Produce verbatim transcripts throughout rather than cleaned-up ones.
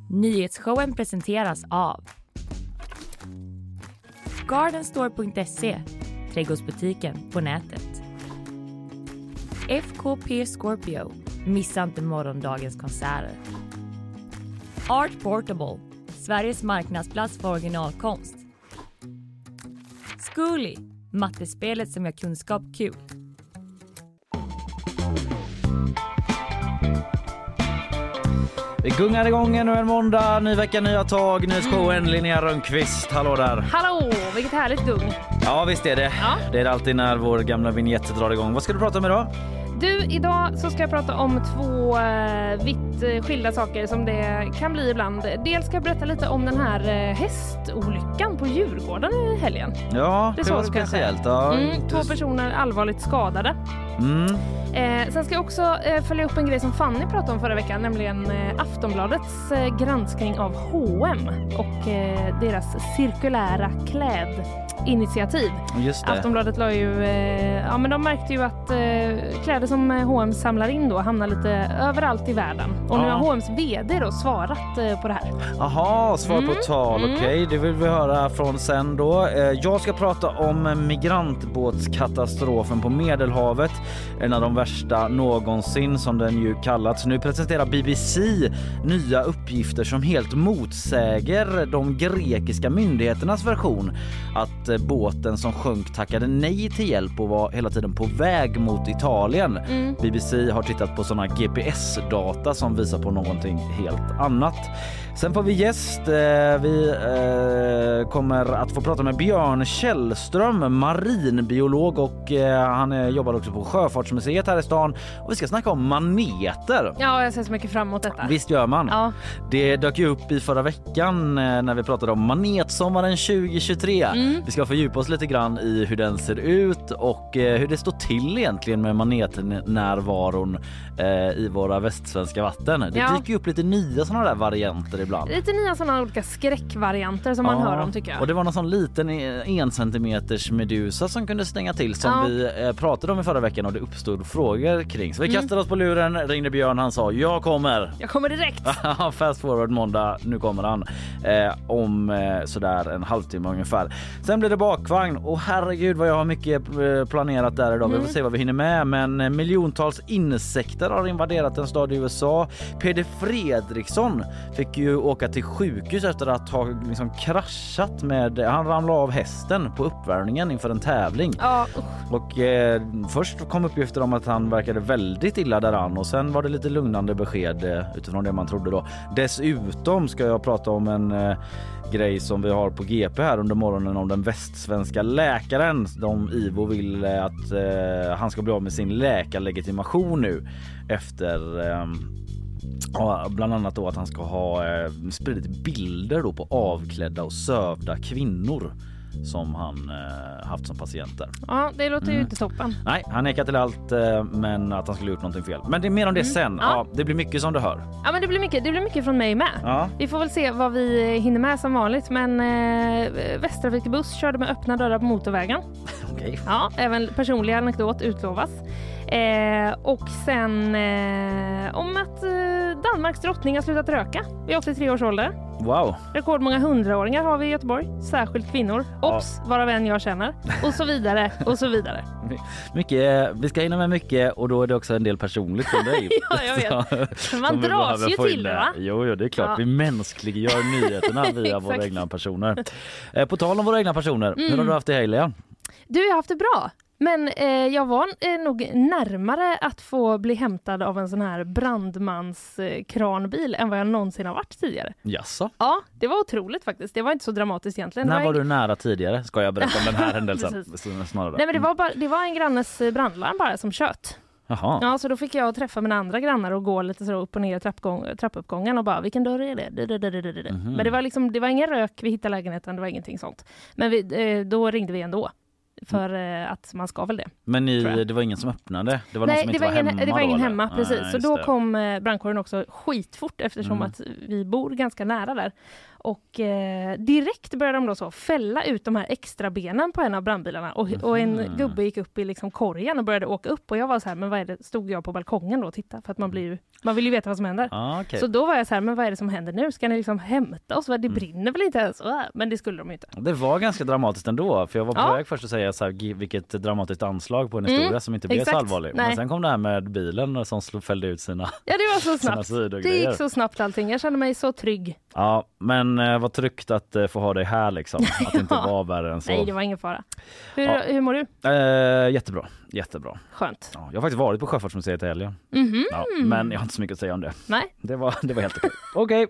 Nyhetsshowen presenteras av Gardenstore punkt se, trädgårdsbutiken på nätet. F K P Scorpio, missa inte morgondagens konserter. Art Portable, Sveriges marknadsplats för originalkonst. Zcooly, mattespelet som gör kunskap kul. Vi gungar igång ännu en måndag, ny vecka, nya tag, nyhetsshowen, Linnea Rönnqvist, hallå där. Hallå, vilket härligt gung. Ja, visst är det. Ja. Det är alltid när vår gamla vignett drar igång. Vad ska du prata om idag? Du, idag så ska jag prata om två eh, vitt skilda saker som det kan bli ibland. Dels ska jag berätta lite om den här eh, hästolyckan på Djurgården i helgen. Ja, det, det var speciellt. Ja. Mm, två personer allvarligt skadade. Mm. Eh, sen ska jag också eh, följa upp en grej som Fanny pratade om förra veckan, nämligen eh, Aftonbladets eh, granskning av H och M och eh, deras cirkulära klädinitiativ. Just det. Aftonbladet la ju, eh, ja men de märkte ju att eh, kläder som H och M samlar in då hamnar lite överallt i världen. Och ja. Nu har H och M's vd då svarat eh, på det här. Aha, svar på mm. tal, okej. Okay. Mm. Det vill vi höra från sen då. Eh, jag ska prata om migrantbåtskatastrofen på Medelhavet. En av de värsta någonsin som den ju kallats. Nu presenterar B B C nya uppgifter som helt motsäger de grekiska myndigheternas version att båten som sjönk tackade nej till hjälp och var hela tiden på väg mot Italien. Mm. B B C har tittat på sådana G P S-data som visar på någonting helt annat. Sen får vi gäst. Vi kommer att få prata med Björn Källström, marinbiolog, och han jobbar också på Sjöfartsmuseet här i stan. Och vi ska snacka om maneter. Ja, jag ser så mycket fram emot detta. Visst gör man. Ja. Det dök ju upp i förra veckan när vi pratade om manetsommaren tjugo tjugotre. Mm. Vi ska fördjupa oss lite grann i hur den ser ut och hur det står till egentligen med manetnärvaron i våra västsvenska vatten. Det ja. dyker upp lite nya sådana där varianter ibland. Lite nya sådana olika skräckvarianter som ja. man hör om, tycker jag. Och det var någon sån liten en centimeters medusa som kunde stänga till som ja. vi pratade om i förra veckan och det uppstod frågor kring. Så vi kastade mm. oss på luren, ringde Björn, han sa jag kommer. Jag kommer direkt. Fast forward måndag, nu kommer han. Eh, om eh, sådär en halvtimme ungefär. Sen blir det bakvagn och herregud vad jag har mycket planerat där idag. Mm. Vi får se vad vi hinner med, men miljontals insekter har invaderat en stad i U S A. Peder Fredriksson fick ju åka till sjukhus efter att ha liksom kraschat med, han ramlade av hästen på uppvärmningen inför en tävling. Ja. Och eh, först kom uppgifter om att han verkade väldigt illa däran och sen var det lite lugnande besked eh, utifrån det man trodde då. Dessutom ska jag prata om en eh, grej som vi har på G P här under morgonen om den västsvenska läkaren. De Ivo vill eh, att eh, han ska bli av med sin läkarlegitimation nu efter eh, ja, bland annat då att han ska ha eh, spridit bilder då på avklädda och sövda kvinnor som han eh, haft som patienter. Ja, det låter ju mm. inte toppen. Nej, han nekar till allt eh, men att han skulle gjort någonting fel. Men det är mer om det mm. sen. Ja. Ja, det blir mycket som du hör. Ja, men det blir mycket, det blir mycket från mig med. Ja. Vi får väl se vad vi hinner med som vanligt. Men eh, Västtrafik buss körde med öppna dörrar på motorvägen. Okej. Okay. Ja, även personlig anekdot utlovas. Eh, och sen eh, om att eh, Danmarks drottning har slutat röka vid åttiotre års ålder. Wow. Rekordmånga hundraåringar har vi i Göteborg, särskilt kvinnor. Ops, ja. Varav en jag känner. Och så vidare, och så vidare. Mycket, vi ska hinna med mycket och då är det också en del personligt för dig. Ja, jag vet. Så, man dras ju till det, va? Jo, jo, det är klart. Ja. Vi mänskliggör nyheterna via våra egna personer. På tal om våra egna personer, mm. hur har du haft det här, Helga? Du, jag har haft det bra. Men eh, jag var eh, nog närmare att få bli hämtad av en sån här brandmans eh, kranbil än vad jag någonsin har varit tidigare. Jaså? Ja, det var otroligt faktiskt. Det var inte så dramatiskt egentligen. När var, var du nära tidigare? Ska jag berätta om den här händelsen? Nej, men det var, bara, det var en grannes brandlarm bara som kött. Jaha. Ja, så då fick jag träffa mina andra grannar och gå lite så upp och ner i trappgång, trappuppgången och bara, vilken dörr är det? Mm-hmm. Men det var liksom, det var ingen rök vid hittade lägenheten, det var ingenting sånt. Men vi, eh, då ringde vi ändå. för eh, att man ska väl det. Men ni, det var ingen som öppnade? Det var Nej, någon som det inte var var ingen, hemma det var ingen då, hemma, precis. Nej, så då det. kom eh, brandkåren också skitfort eftersom Mm. att vi bor ganska nära där. Och eh, direkt började de då så fälla ut de här extra benen på en av brandbilarna. Och, och en Mhm. gubbe gick upp i liksom korgen och började åka upp. Och jag var så här, men vad är det? Stod jag på balkongen då och tittade? För att man blir ju, man vill ju veta vad som händer. Ah, okay. Så då var jag så här, men vad är det som händer nu? Ska ni liksom hämta oss? Det Mm. brinner väl inte ens? Men det skulle de ju inte. Det var ganska dramatiskt ändå, för jag var på Ja. väg först att säga så här, vilket dramatiskt anslag på en historia Mm, som inte blev exakt. så allvarlig. Nej. Men sen kom det här med bilen som slog, fällde ut sina, Ja, det var så sina snabbt. sidogrejer. Det gick så snabbt allting. Jag kände mig så trygg. Ja, men eh, vad tryggt att eh, få ha dig här liksom. Att det inte Ja. var värre än så. Nej, det var ingen fara. Hur, Ja. hur mår du? Eh, jättebra, jättebra. Skönt. Ja, jag har faktiskt varit på Sjöfartsmuseet i helgen. Mhm. Ja, men jag har inte så mycket att säga om det. Nej. Det var, det var helt okej. Okej.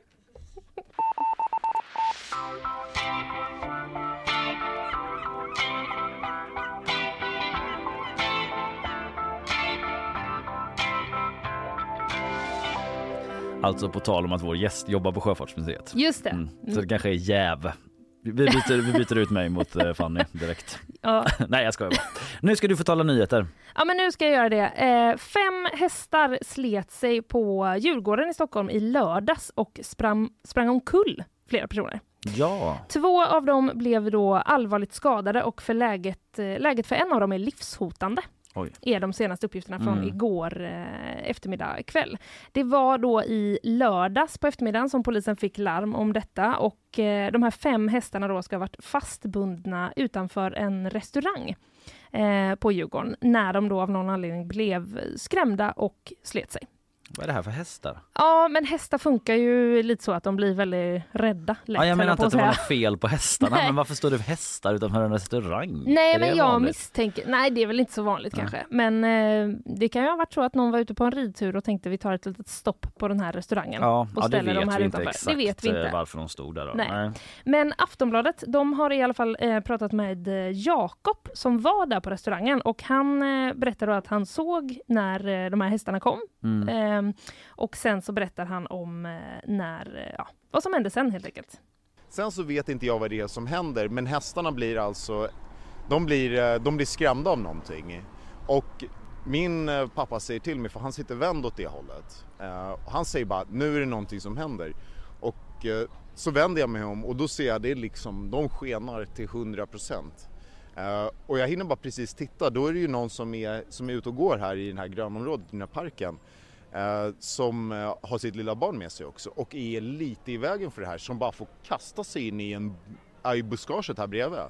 Alltså på tal om att vår gäst jobbar på Sjöfartsmuseet. Just det. Mm. Så det kanske är jäv. Vi byter, vi byter ut mig mot eh, Fanny direkt. Ja. Nej, jag skojar bara. Nu ska du få tala nyheter. Ja, men nu ska jag göra det. Eh, fem hästar slet sig på Djurgården i Stockholm i lördags och sprang, sprang omkull flera personer. Ja. Två av dem blev då allvarligt skadade och för läget, eh, läget för en av dem är livshotande. Oj. Är de senaste uppgifterna från Mm. igår eh, eftermiddag kväll. Det var då i lördags på eftermiddagen som polisen fick larm om detta och eh, de här fem hästarna då ska ha varit fastbundna utanför en restaurang eh, på Djurgården när de då av någon anledning blev skrämda och slet sig. Vad är det här för hästar? Ja, men hästar funkar ju lite så att de blir väldigt rädda. Lätt, Ja, jag menar inte på att det var säga. något fel på hästarna, Nej. men varför står det hästar utanför en restaurang? Nej, Är men det jag vanligt? misstänker... Nej, det är väl inte så vanligt Nej. kanske. Men eh, det kan ju ha varit så att någon var ute på en ridtur och tänkte vi tar ett litet stopp på den här restaurangen. Ja, och ja, det ställer vet dem här vi inte utanför. exakt Det vet vi inte. eh, varför de stod där då. Nej. Men Aftonbladet, de har i alla fall eh, pratat med eh, Jakob som var där på restaurangen och han eh, berättade då att han såg när eh, de här hästarna kom. Mm. Eh, och sen så berättar han om eh, när, eh, ja, vad som hände sen helt enkelt. Sen så vet inte jag vad det är som händer, men hästarna blir alltså, de blir, de blir skrämda av någonting. Och min pappa säger till mig, för han sitter vänd åt det hållet. Uh, han säger bara, nu är det någonting som händer. Och uh, så vänder jag mig om och då ser jag det liksom, de skenar till hundra procent. Uh, och jag hinner bara precis titta, då är det ju någon som är, som är ute och går här i den här grönområdet, i den här parken. Uh, som uh, har sitt lilla barn med sig också och är lite i vägen för det här, som bara får kasta sig in i en uh, i buskaget här bredvid.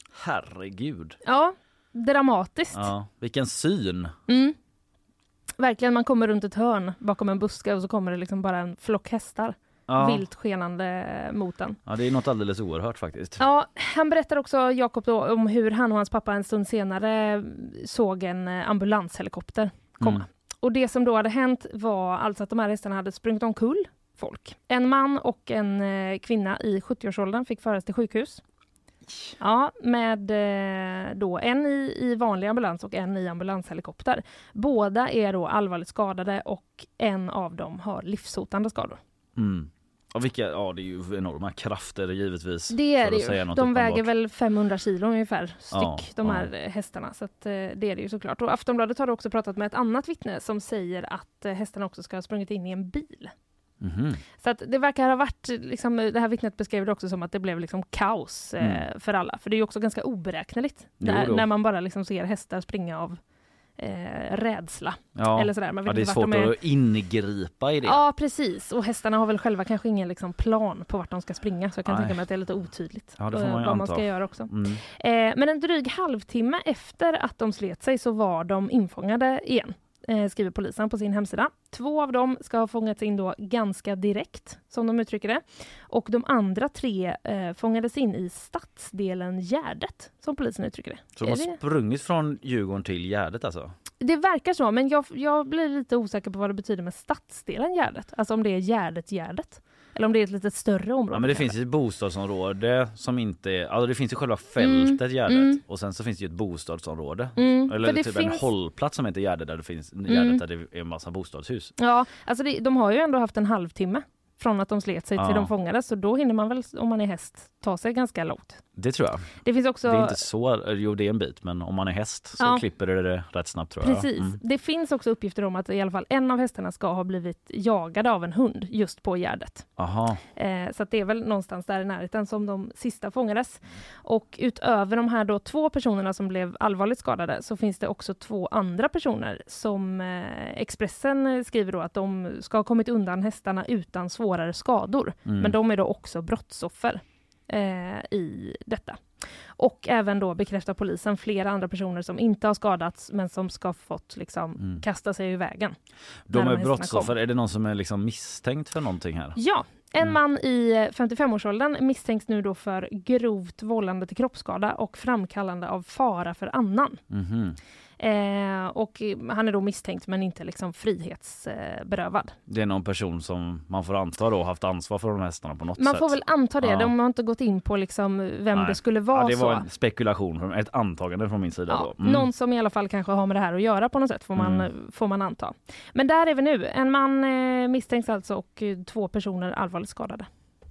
Herregud. Ja, dramatiskt. Ja, vilken syn. Mm. Verkligen, man kommer runt ett hörn bakom en buske och så kommer det liksom bara en flock hästar. Ja. Vilt skenande mot den. Ja, det är något alldeles oerhört faktiskt. Ja, han berättar också, Jakob, då, om hur han och hans pappa en stund senare såg en ambulanshelikopter komma. Mm. Och det som då hade hänt var alltså att de här hästarna hade sprungit omkull folk. En man och en eh, kvinna i sjuttio-årsåldern fick föras till sjukhus. Ja, med eh, då en i, i vanlig ambulans och en i ambulanshelikopter. Båda är då allvarligt skadade och en av dem har livshotande skador. Mm. Och vilka, ja, det är ju enorma krafter givetvis. Det är för det att säga ju. något De uppenbart. väger väl femhundra kilo ungefär styck, Ja, de ja. här hästarna. Så att, eh, det är det ju såklart. Och Aftonbladet har också pratat med ett annat vittne som säger att eh, hästarna också ska ha sprungit in i en bil. Mhm. Så att det verkar ha varit, liksom, det här vittnet beskrev det också som att det blev liksom kaos eh, Mm. för alla. För det är ju också ganska oberäkneligt Jo när, då. när man bara liksom ser hästar springa av eh, rädsla. Ja. Eller sådär. Man vet Ja, det är inte vart svårt de är. att ingripa i det. Ja, precis. Och hästarna har väl själva kanske ingen liksom plan på vart de ska springa. Så jag kan Nej. tänka mig att det är lite otydligt Ja, det får man ju eh, vad man anta. ska göra också. Mm. Eh, men en dryg halvtimme efter att de slet sig så var de infångade igen, eh, skriver polisen på sin hemsida. Två av dem ska ha fångats in då ganska direkt, som de uttrycker det. Och de andra tre eh, fångades in i stadsdelen Gärdet, som polisen uttrycker det. Så de Är har det? sprungit från Djurgården till Gärdet alltså? Det verkar så, men jag, jag blir lite osäker på vad det betyder med stadsdelen Gärdet. Alltså om det är Gärdet Gärdet. Eller om det är ett lite större område. Ja, men det kanske. finns ju ett bostadsområde som inte är, alltså det finns ju själva fältet Mm, Gärdet mm. och sen så finns det ju ett bostadsområde. Mm, Eller för det typ finns... en hållplats som heter Gärdet där det finns Mm. Gärdet där det är en massa bostadshus. Ja, alltså det, de har ju ändå haft en halvtimme från att de slet sig Ja. till de fångades. Så då hinner man väl, om man är häst, ta sig ganska långt. Det tror jag. Det finns också... Det är inte så, jo det är en bit, men om man är häst så ja. klipper det, det rätt snabbt tror Precis. jag. Precis. Mm. Det finns också uppgifter om att i alla fall en av hästarna ska ha blivit jagad av en hund just på Gärdet. Aha. Eh, så att det är väl någonstans där i närheten som de sista fångades. Och utöver de här då två personerna som blev allvarligt skadade så finns det också två andra personer som eh, Expressen skriver då att de ska ha kommit undan hästarna utan svårare skador. Mm. Men de är då också brottsoffer eh, i detta. Och även då bekräftar polisen flera andra personer som inte har skadats men som ska fått liksom mm. kasta sig i vägen. De är brottsoffer. Är det någon som är liksom misstänkt för någonting här? Ja, en mm. man i femtiofemårsåldern misstänks nu då för grovt vållande till kroppsskada och framkallande av fara för annan. Mm-hmm. Eh, och han är då misstänkt men inte liksom frihetsberövad. Det är någon person som man får anta då haft ansvar för de hästarna på något man sätt. Man får väl anta det. Ja. De har inte gått in på liksom vem Nej. det skulle vara. Ja, det var så. en spekulation, ett antagande från min sida. Ja, då. Mm. Någon som i alla fall kanske har med det här att göra på något sätt får man, mm. får man anta. Men där är vi nu. En man eh, misstänks alltså och två personer allvarligt skadade.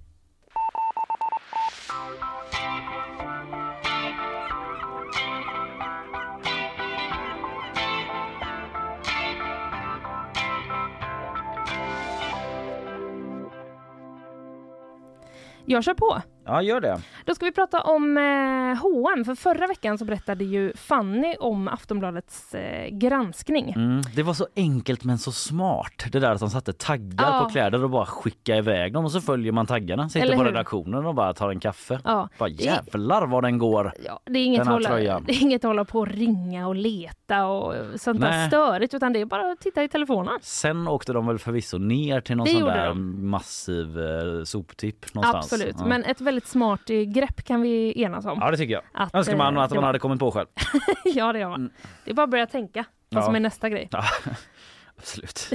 Jag kör på. Ja, gör det. Då ska vi prata om eh, H och M. För förra veckan så berättade ju Fanny om Aftonbladets eh, granskning. Mm, det var så enkelt men så smart. Det där att de satte taggar ja. på kläder och bara skicka iväg dem och så följer man taggarna. Sitter på redaktionen och bara tar en kaffe. Ja. Bara jävlar vad den går. Ja, det, är inget hålla, det är inget att hålla på och ringa och leta och sånt där störigt utan det är bara att titta i telefonen. Sen åkte de väl förvisso ner till någon det sån där de. massiv eh, soptipp någonstans. Absolut, ja. men ett väldigt smart grepp kan vi enas om. Ja, det tycker jag. Att, önskar man att man hade kommit på själv. Ja, det gör man. Det är bara att börja tänka vad ja. som är nästa grej. Ja, absolut.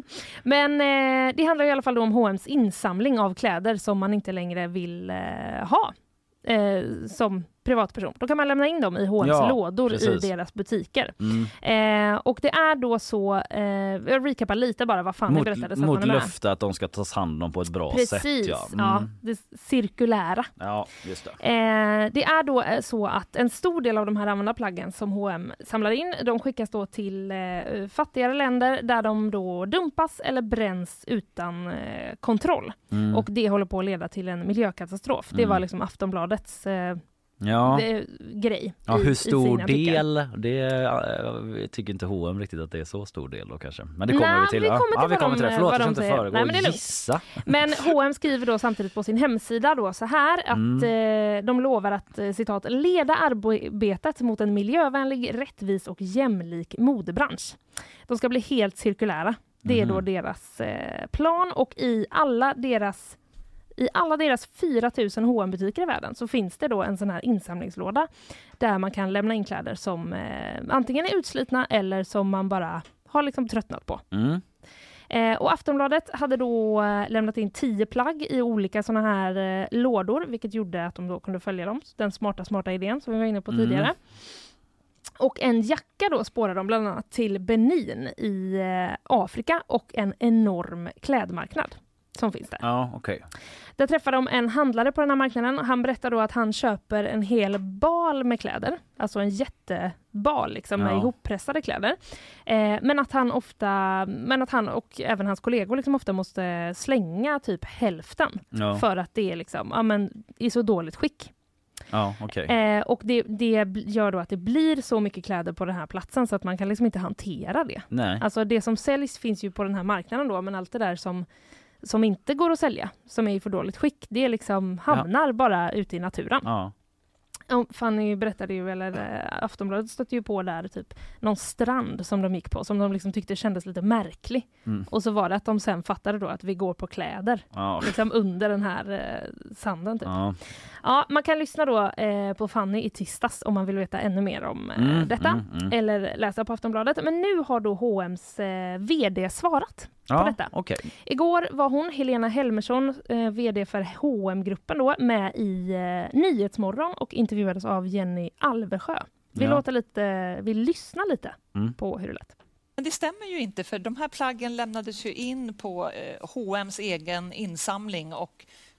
Men eh, det handlar i alla fall om H och M:s insamling av kläder som man inte längre vill eh, ha eh, som privatperson. Då kan man lämna in dem i H och M:s ja, lådor precis. i deras butiker. Mm. Eh, och det är då så, eh, jag recapar lite bara vad fan mot, det berättades. Mot löfte att de ska tas hand om på ett bra precis, sätt. Precis, ja. Mm. ja. Det cirkulära. Ja, just det. Eh, det är då så att en stor del av de här använda plaggen som H och M samlar in, de skickas då till eh, fattigare länder där de då dumpas eller bränns utan eh, kontroll. Mm. Och det håller på att leda till en miljökatastrof. Mm. Det var liksom Aftonbladets eh, Ja. Det, grej. Ja, i, hur stor i del? Det jag tycker inte H och M riktigt att det är så stor del då kanske. Men det kommer Nej, vi till. Vi kommer till ja, vi kommer till det. Förlåt, jag ska inte föregå. Nej, men, det är gissa. men H och M skriver då samtidigt på sin hemsida då så här att mm. eh, de lovar att eh, citat leda arbetet mot en miljövänlig, rättvis och jämlik modebransch. De ska bli helt cirkulära. Det är mm. då deras eh, plan och i alla deras I alla deras fyra tusen H och M-butiker i världen så finns det då en sån här insamlingslåda där man kan lämna in kläder som eh, antingen är utslitna eller som man bara har liksom tröttnat på. Mm. Eh, och Aftonbladet hade då eh, lämnat in tio plagg i olika såna här eh, lådor, vilket gjorde att de då kunde följa dem. Den smarta, smarta idén som vi var inne på mm. tidigare. Och en jacka då spårar de bland annat till Benin i eh, Afrika och en enorm klädmarknad som finns där. Ja, okej. Okay. Där träffar de en handlare på den här marknaden. Han berättar då att han köper en hel bal med kläder. Alltså en jättebal liksom, ja. med ihoppressade kläder. Eh, men att han ofta, men att han och även hans kollegor liksom ofta måste slänga typ hälften. Ja. För att det är liksom, ja, men, i så dåligt skick. Ja, okay. eh, och det, det gör då att det blir så mycket kläder på den här platsen så att man kan liksom inte hantera det. Nej. Alltså det som säljs finns ju på den här marknaden då, men allt det där som som inte går att sälja, som är i för dåligt skick, det liksom hamnar ja. bara ute i naturen. Ja. Och Fanny berättade ju, eller äh, Aftonbladet stötte ju på där typ någon strand som de gick på, som de liksom tyckte kändes lite märklig. Mm. Och så var det att de sen fattade då att vi går på kläder. Ja. Liksom under den här äh, sanden typ. Ja. Ja, man kan lyssna då äh, på Fanny i tisdags om man vill veta ännu mer om äh, mm, detta. Mm, mm. Eller läsa på Aftonbladet. Men nu har då H och M:s äh, vd svarat. Ja, på detta. Okay. Igår var hon, Helena Helmersson, eh, vd för H och M-gruppen då, med i eh, Nyhetsmorgon och intervjuades av Jenny Alversjö. Vi ja. låter lite, vi lyssnar lite mm. på hur det lät. Men det stämmer ju inte, för de här plaggen lämnades ju in på eh, H och M:s egen insamling och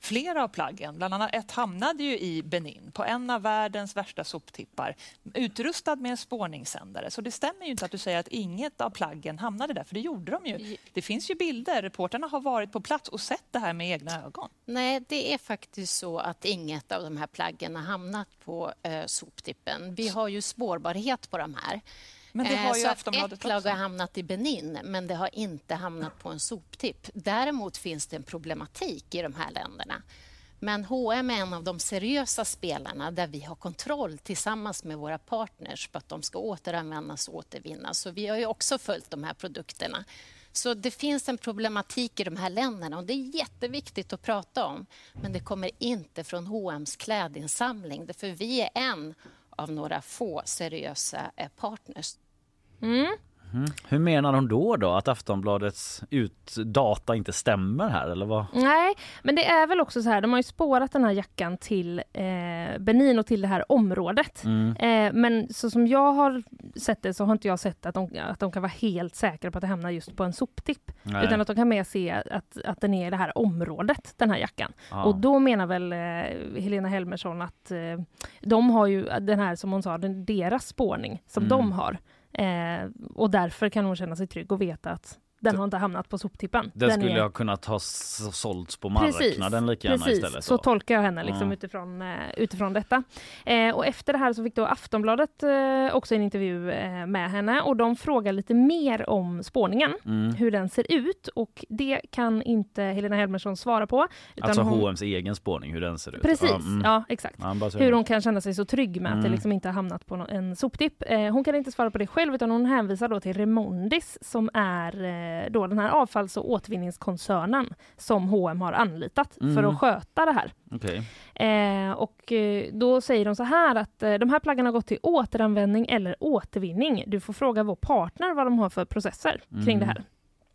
flera av plaggen, bland annat ett hamnade ju i Benin på en av världens värsta soptippar, utrustad med en spårningssändare. Så det stämmer ju inte att du säger att inget av plaggen hamnade där, för det gjorde de ju. Det finns ju bilder, reporterna har varit på plats och sett det här med egna ögon. Nej, det är faktiskt så att inget av de här plaggen har hamnat på eh, soptippen. Vi har ju spårbarhet på de här. Men det har ju så Aftonbladet ett plagg också. har hamnat i Benin, men det har inte hamnat på en soptipp. Däremot finns det en problematik i de här länderna. Men H och M är en av de seriösa spelarna där vi har kontroll tillsammans med våra partners på att de ska återanvändas och återvinnas. Så vi har ju också följt de här produkterna. Så det finns en problematik i de här länderna och det är jätteviktigt att prata om. Men det kommer inte från H och M:s klädinsamling, för vi är en av några få seriösa partners. Mm. Mm. Hur menar hon då då? Att Aftonbladets utdata inte stämmer här, eller vad? Nej, men det är väl också så här, de har ju spårat den här jackan till eh, Benin och till det här området. Mm. Eh, men så som jag har sett det så har inte jag sett att de, att de kan vara helt säkra på att det hamnar just på en soptipp. Nej. Utan att de kan med se att, att den är i det här området, den här jackan. Ja. Och då menar väl eh, Helena Helmersson att eh, de har ju den här, som hon sa, den, deras spårning som Mm. de har. Eh, och därför kan hon känna sig trygg och veta att den har inte hamnat på soptippen. Den, den skulle är... ha kunnat ha sålts på marknaden lika gärna precis. istället. Så tolkar jag henne liksom, mm. utifrån, uh, utifrån detta. Eh, och efter det här så fick då Aftonbladet uh, också en intervju uh, med henne och de frågar lite mer om spårningen, Mm. hur den ser ut, och det kan inte Helena Helmersson svara på. Utan Alltså hon... H och M:s egen spårning, hur den ser ut. Precis, ja, mm. ja exakt. Ja, bara så Hur det. hon kan känna sig så trygg med att Mm. det liksom inte har hamnat på en soptipp. Eh, hon kan inte svara på det själv, utan hon hänvisar då till Remondis som är eh, då den här avfalls- och återvinningskoncernen som H och M har anlitat Mm. för att sköta det här. Okej. Eh, och eh, då säger de så här att eh, de här plaggen har gått till återanvändning eller återvinning. Du får fråga vår partner vad de har för processer kring Mm. det här.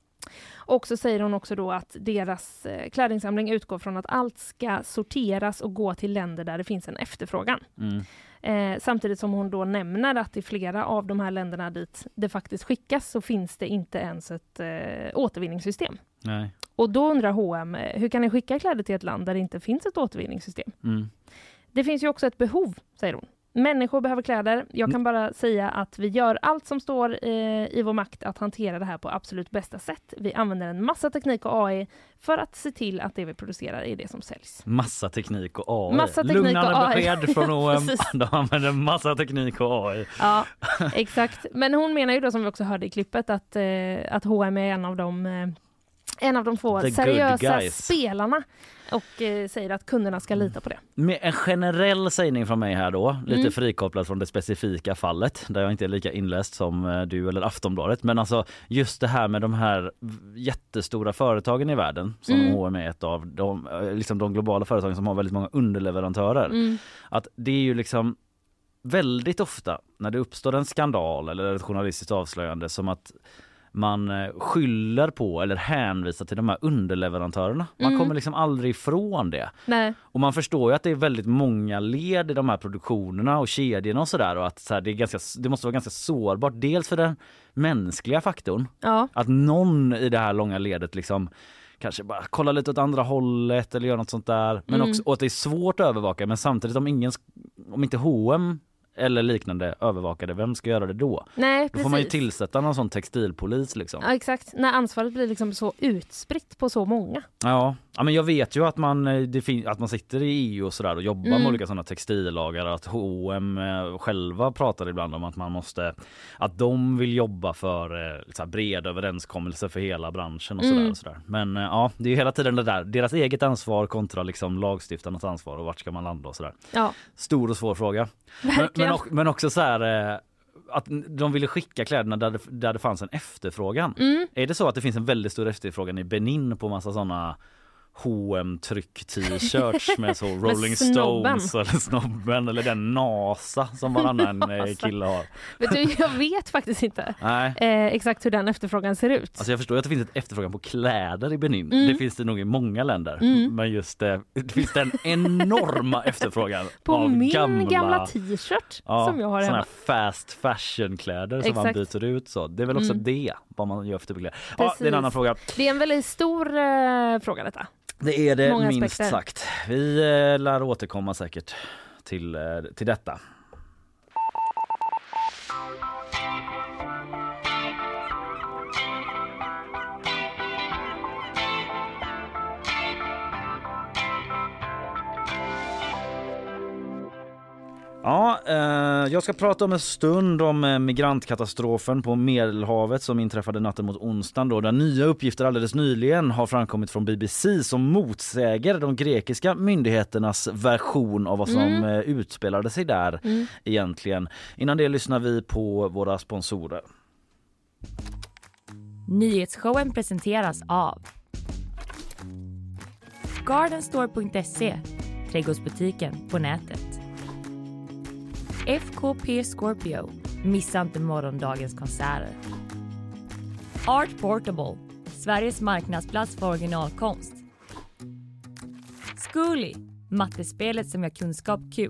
Och så säger hon också då att deras eh, klädinsamling utgår från att allt ska sorteras och gå till länder där det finns en efterfrågan. Mm. Eh, samtidigt som hon då nämner att i flera av de här länderna dit det faktiskt skickas så finns det inte ens ett eh, återvinningssystem. Nej. Och då undrar H och M, eh, hur kan ni skicka kläder till ett land där det inte finns ett återvinningssystem? Mm. Det finns ju också ett behov, säger hon. Människor behöver kläder. Jag kan bara säga att vi gör allt som står eh, i vår makt att hantera det här på absolut bästa sätt. Vi använder en massa teknik och A I för att se till att det vi producerar är det som säljs. Massa teknik och A I. Massa teknik Lugnande och A I. besked från H och M. Precis. De använder massa teknik och A I. Ja, exakt. Men hon menar ju då, som vi också hörde i klippet, att, eh, att H och M är en av de, eh, en av de få The good seriösa guys. spelarna och eh, säger att kunderna ska lita på det. Med en generell sägning från mig här då, lite Mm. frikopplad från det specifika fallet där jag inte är lika inläst som eh, du eller Aftonbladet, men alltså just det här med de här jättestora företagen i världen som Mm. H och M är ett av, de, eh, liksom de globala företagen som har väldigt många underleverantörer. Mm. Att det är ju liksom väldigt ofta när det uppstår en skandal eller ett journalistiskt avslöjande som att man eh, skyller på eller hänvisar till de här underleverantörerna. Man Mm. kommer liksom aldrig ifrån det. Nej. Och man förstår ju att det är väldigt många led i de här produktionerna och kedjorna och sådär, och att så här, det, är ganska, det måste vara ganska sårbart. Dels för den mänskliga faktorn. Ja. Att någon i det här långa ledet liksom kanske bara kolla lite åt andra hållet eller göra något sånt där. Men Mm. också och att det är svårt att övervaka, men samtidigt om ingen, om inte H och M eller liknande övervakade, vem ska göra det då? Nej, Då precis. får man ju tillsätta någon sån textilpolis liksom. Ja, exakt. När ansvaret blir liksom så utspritt på så många. Ja, ja men jag vet ju att man, det fin- att man sitter i E U och sådär och jobbar Mm. med olika sådana textillagar, att H och M eh, själva pratar ibland om att man måste, att de vill jobba för eh, så här bred överenskommelse för hela branschen och sådär. Mm. Och sådär. Men eh, ja, det är ju hela tiden det där, deras eget ansvar kontra liksom lagstiftarnas ansvar och vart ska man landa och sådär. Ja, Stor och svår fråga. Men, verkligen. men, också, men också så här eh, att de ville skicka kläderna där det, där det fanns en efterfrågan. Mm. Är det så att det finns en väldigt stor efterfrågan i Benin på massa sådana H och M-tryck-t-shirts med så Rolling snobben. Stones eller snobben eller den NASA som varannan eh, kille har? Vet du, jag vet faktiskt inte Nej. eh, exakt hur den efterfrågan ser ut. Alltså jag förstår att det finns ett efterfrågan på kläder i Benin. Mm. Det finns det nog i många länder. Mm. Men just det, det finns det en enorma efterfrågan På av min gamla, gamla t-shirt ja, som jag har såna hemma. här fast fashion-kläder som man Exakt. byter ut så. Det är väl också Mm. det vad man gör för typ av kläder. Ja, det är en Precis. annan fråga. Det är en väldigt stor eh, fråga detta. Det är det Många minst aspekter. sagt. Vi eh, lär återkomma säkert till, eh, till detta. Ja, eh, jag ska prata om en stund om eh, migrantkatastrofen på Medelhavet som inträffade natten mot onsdagen då, där nya uppgifter alldeles nyligen har framkommit från B B C som motsäger de grekiska myndigheternas version av vad som Mm. eh, utspelade sig där Mm. egentligen. Innan det lyssnar vi på våra sponsorer. Nyhetsshowen presenteras av gardenstore punkt se, trädgårdsbutiken på nätet. F K P Scorpio, missa inte morgondagens konserter. Art Portable, Sveriges marknadsplats för originalkonst. Zcooly, mattespelet som gör kunskap kul.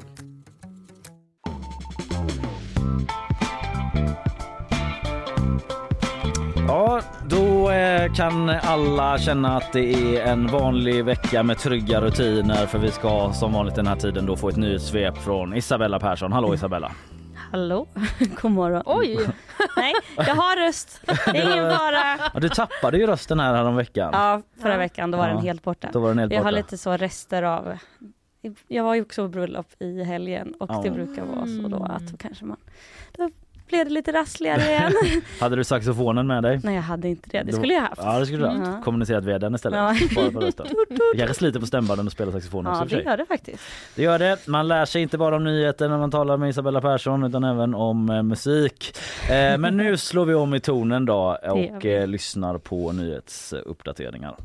Ja, då eh, kan alla känna att det är en vanlig vecka med trygga rutiner, för vi ska som vanligt den här tiden då få ett nyhetssvep från Isabella Persson. Hallå Isabella. Hallå, god morgon. Oj! Nej, jag har röst. Det är ingen fara. Ja, du tappade ju rösten här, här om veckan. Ja, förra Ja. veckan då var Ja, den helt borta. Då var den helt Jag har borta. lite så rester av... Jag var ju också på bröllop i helgen och Ja. det brukar vara så då att då kanske man... Då blev det lite rassligare igen. Hade du saxofonen med dig? Nej, jag hade inte det. Det skulle jag haft. Ja, det skulle du ha. Ja. Kommunicerat via den istället. Ja. Bara på rösten. Det kanske sliter på stämbanden och spelar saxofon också. Ja, i och för det sig. gör det faktiskt. Det gör det. Man lär sig inte bara om nyheter när man talar med Isabella Persson utan även om eh, musik. Eh, men nu slår vi om i tonen då gör och vi. eh, lyssnar på nyhetsuppdateringar.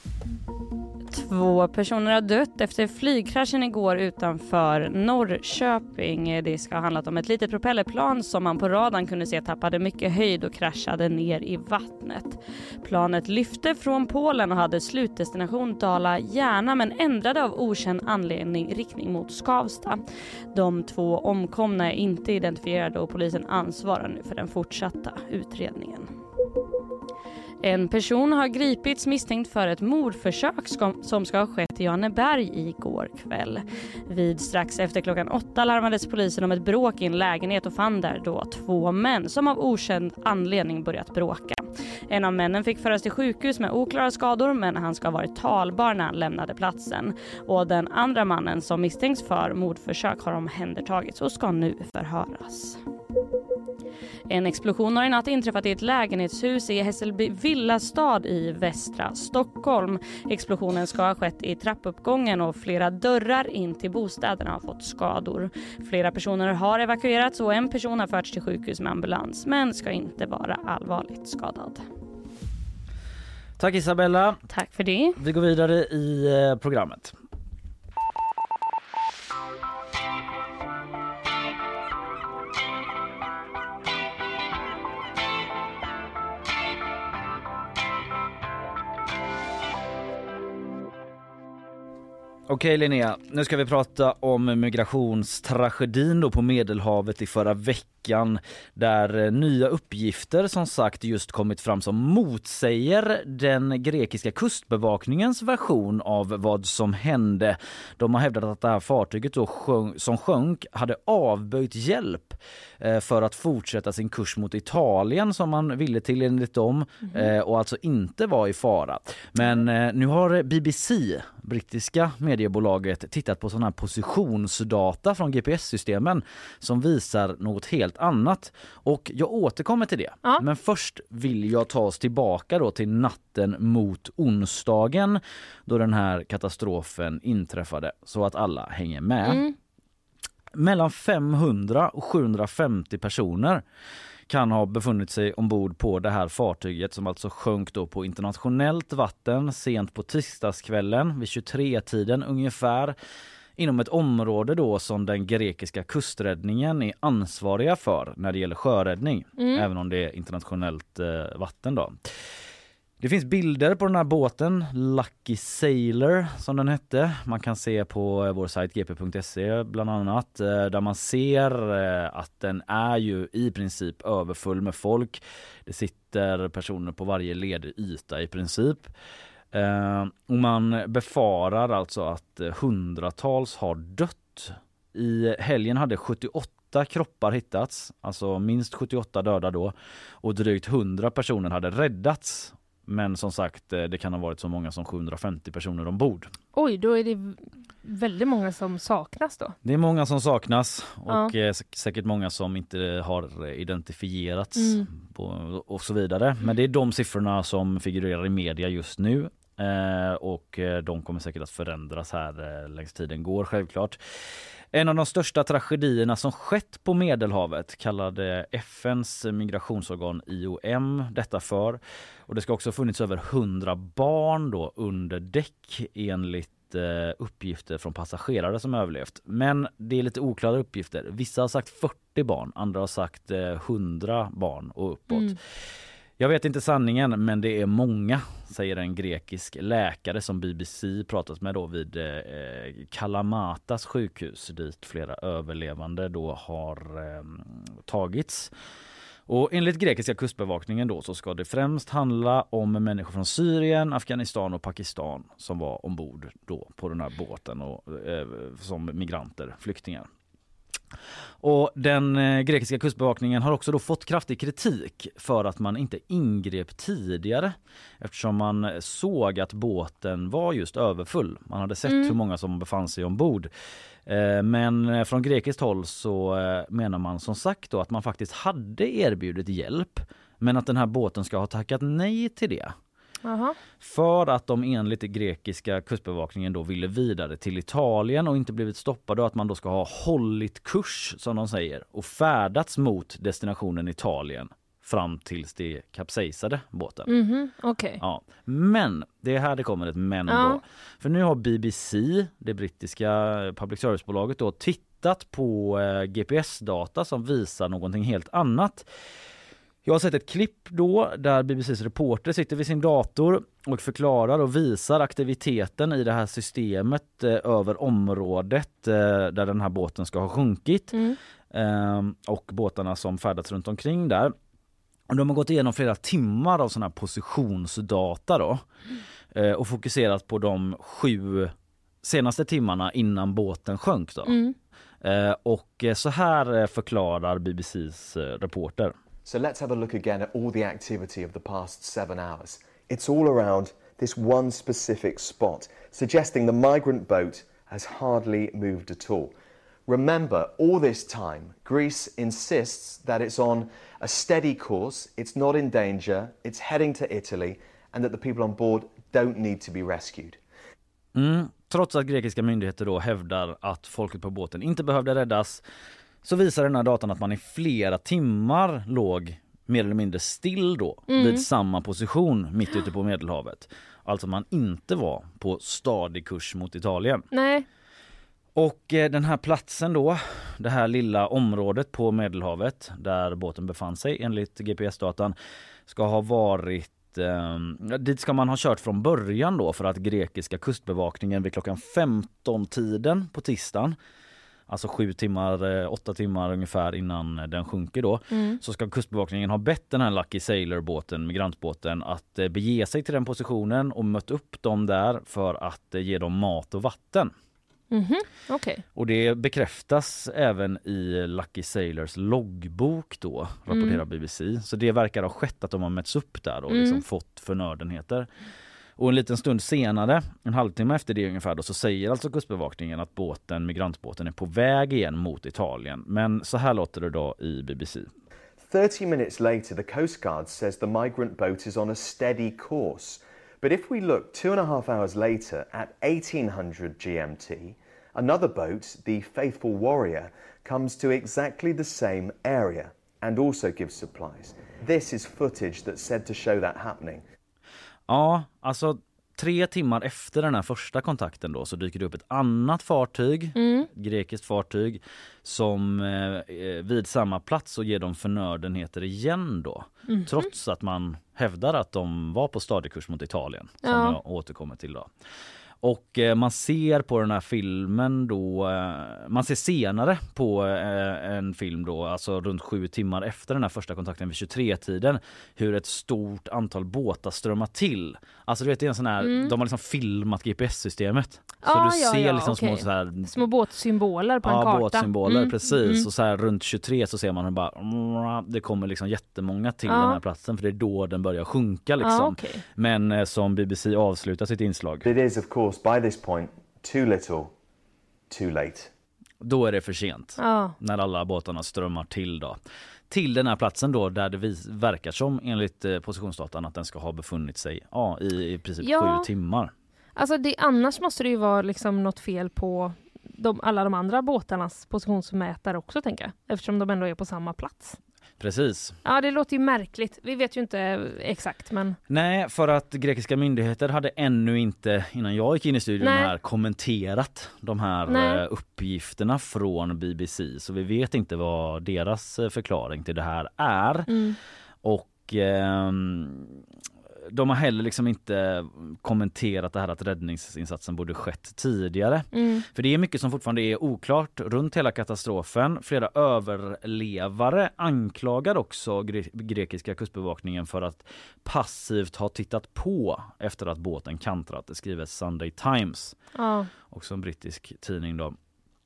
Två personer har dött efter flygkraschen igår utanför Norrköping. Det ska ha handlat om ett litet propellerplan som man på radarn kunde se tappade mycket höjd och kraschade ner i vattnet. Planet lyfte från Polen och hade slutdestination Dala-Järna men ändrade av okänd anledning riktning mot Skavsta. De två omkomna är inte identifierade och polisen ansvarar nu för den fortsatta utredningen. En person har gripits misstänkt för ett mordförsök som ska ha skett i Janeberg igår kväll. Vid strax efter klockan åtta larmades polisen om ett bråk i en lägenhet och fann där då två män som av okänd anledning börjat bråka. En av männen fick föras till sjukhus med oklara skador men han ska ha varit talbar när han lämnade platsen. Och den andra mannen som misstänks för mordförsök har omhändertagits och ska nu förhöras. En explosion har i natt inträffat i ett lägenhetshus i Hässelby villastad i västra Stockholm. Explosionen ska ha skett i trappuppgången och flera dörrar in till bostäderna har fått skador. Flera personer har evakuerats och en person har förts till sjukhus med ambulans men ska inte vara allvarligt skadad. Tack Isabella. Tack för det. Vi går vidare i eh, programmet. Okej Linnea, nu ska vi prata om migrationstragedin då på Medelhavet i förra veckan där nya uppgifter som sagt just kommit fram som motsäger den grekiska kustbevakningens version av vad som hände. De har hävdat att det här fartyget då sjönk, som sjönk hade avböjt hjälp eh, för att fortsätta sin kurs mot Italien som man ville till enligt dem eh, och alltså inte var i fara. Men eh, nu har B B C, brittiska mediebolaget, tittat på sådana här positionsdata från G P S-systemen som visar något helt annat. Och jag återkommer till det. Ja. Men först vill jag ta oss tillbaka då till natten mot onsdagen då den här katastrofen inträffade så att alla hänger med. Mm. Mellan femhundra och sjuhundrafemtio personer kan ha befunnit sig ombord på det här fartyget som alltså sjönk då på internationellt vatten sent på tisdagskvällen vid tjugotre-tiden ungefär inom ett område då som den grekiska kusträddningen är ansvariga för när det gäller sjöräddning, Mm. även om det är internationellt eh, vatten då. Det finns bilder på den här båten, Lucky Sailor som den hette. Man kan se på vår sajt g p punkt se bland annat där man ser att den är ju i princip överfull med folk. Det sitter personer på varje ledig yta i princip. Eh, och man befarar alltså att hundratals har dött. I helgen hade sjuttioåtta kroppar hittats, alltså minst sjuttioåtta döda då, och drygt hundra personer hade räddats. Men som sagt, det kan ha varit så många som sjuhundrafemtio personer ombord. Oj, då är det väldigt många som saknas då. Det är många som saknas och Ja. säkert många som inte har identifierats Mm. på, och så vidare. Men det är de siffrorna som figurerar i media just nu. Eh, och de kommer säkert att förändras här eh, längs tiden går, självklart. En av de största tragedierna som skett på Medelhavet kallade F N:s migrationsorgan I O M detta för. Och det ska också ha funnits över hundra barn då under däck enligt eh, uppgifter från passagerare som överlevt. Men det är lite oklara uppgifter. Vissa har sagt fyrtio barn, andra har sagt eh, hundra barn och uppåt. Mm. Jag vet inte sanningen, men det är många, säger en grekisk läkare som B B C pratat med då vid eh, Kalamatas sjukhus, dit flera överlevande då har eh, tagits. Och enligt grekiska kustbevakningen då så ska det främst handla om människor från Syrien, Afghanistan och Pakistan som var ombord då på den här båten och, eh, som migranter, flyktingar. Och den eh, grekiska kustbevakningen har också då fått kraftig kritik för att man inte ingrep tidigare, eftersom man såg att båten var just överfull. Man hade sett Mm. hur många som befann sig ombord. Eh, men från grekiskt håll så eh, menar man som sagt då att man faktiskt hade erbjudit hjälp, men att den här båten ska ha tackat nej till det. Aha. För att de enligt den grekiska kustbevakningen då ville vidare till Italien och inte blivit stoppade, och att man då ska ha hållit kurs, som de säger, och färdats mot destinationen Italien fram tills det kapsejsade båten. Mhm, okej. Ja. Men det är här det kommer ett men Ja. då. För nu har B B C, det brittiska public service-bolaget, då tittat på eh, G P S-data som visar någonting helt annat. Jag har sett ett klipp då där B B C:s reporter sitter vid sin dator och förklarar och visar aktiviteten i det här systemet eh, över området eh, där den här båten ska ha sjunkit Mm. eh, och båtarna som färdats runt omkring där. Och de har gått igenom flera timmar av såna här positionsdata då eh, och fokuserat på de sju senaste timmarna innan båten sjönk då. Mm. Eh, och så här förklarar B B C:s eh, reporter. So let's have a look again at all the activity of the past seven hours. It's all around this one specific spot, suggesting the migrant boat has hardly moved at all. Remember, all this time, Greece insists that it's on a steady course, it's not in danger, it's heading to Italy, and that the people on board don't need to be rescued. Mm, trots att grekiska myndigheter då hävdar att folket på båten inte behövde räddas, så visar den här datan att man i flera timmar låg mer eller mindre still då Mm. vid samma position mitt ute på Medelhavet. Alltså man inte var på stadig kurs mot Italien. Nej. Och eh, den här platsen då, det här lilla området på Medelhavet där båten befann sig enligt G P S-datan, ska ha varit eh, dit ska man ha kört från början då, för att grekiska kustbevakningen vid klockan femton-tiden på tisdagen, alltså sju timmar, eh, åtta timmar ungefär innan den sjunker då, Mm. så ska kustbevakningen ha bett den här Lucky Sailor-båten, migrantbåten, att eh, bege sig till den positionen och mött upp dem där för att eh, ge dem mat och vatten. Mhm, okej. Och det bekräftas även i Lucky Sailors loggbok då, rapporterar Mm. B B C. Så det verkar ha skett att de har mätts upp där och Mm. liksom fått förnödenheter. Och en liten stund senare, en halvtimme efter det ungefär då, så säger alltså kustbevakningen att båten, migrantbåten är på väg igen mot Italien. Men så här låter det då i B B C. thirty minutes later, the Coast Guard says the migrant boat is on a steady course. But if we look two and a half hours later at eighteen hundred G M T, another boat, the Faithful Warrior, comes to exactly the same area and also gives supplies. This is footage that's said to show that happening. Ja, alltså tre timmar efter den här första kontakten då så dyker det upp ett annat fartyg, Mm. grekiskt fartyg, som eh, vid samma plats och ger dem förnödenheter igen då. Mhm. Trots att man hävdar att de var på stadig kurs mot Italien, som Ja. jag återkommer till då. Och eh, man ser på den här filmen då, eh, man ser senare på eh, en film då, alltså runt sju timmar efter den här första kontakten vid tjugotre-tiden, hur ett stort antal båtar strömmar till. Alltså du vet, det är en sån här, mm. de har liksom filmat G P S-systemet. Så ah, du ja, ser ja, liksom okay. små så här, små båtsymboler på ja, en karta. Ja, båtsymboler, mm. precis. Mm. Och så här runt tjugotre så ser man hur bara, det kommer liksom jättemånga till ah. den här platsen, för det är då den börjar sjunka liksom. Ah, okay. Men eh, som B B C avslutar sitt inslag. It is of course by this point too little, too late. Då är det för sent. Ah. När alla båtarna strömmar till då. Till den här platsen då, där det vis- verkar som enligt eh, positionsdatan att den ska ha befunnit sig ja, i, i princip ja. sju timmar. Alltså det, annars måste det ju vara liksom något fel på de, alla de andra båtarnas positionsmätare också, tänker jag. Eftersom de ändå är på samma plats. Precis. Ja, det låter ju märkligt. Vi vet ju inte exakt, men... Nej, för att grekiska myndigheter hade ännu inte, innan jag gick in i studion Nej. här, kommenterat de här Nej. uppgifterna från B B C. Så vi vet inte vad deras förklaring till det här är. Mm. Och... Ehm, de har heller liksom inte kommenterat det här att räddningsinsatsen borde skett tidigare. Mm. För det är mycket som fortfarande är oklart runt hela katastrofen. Flera överlevare anklagar också gre- grekiska kustbevakningen för att passivt ha tittat på efter att båten kantrat. Det skriver Sunday Times, Ja. också en brittisk tidning då.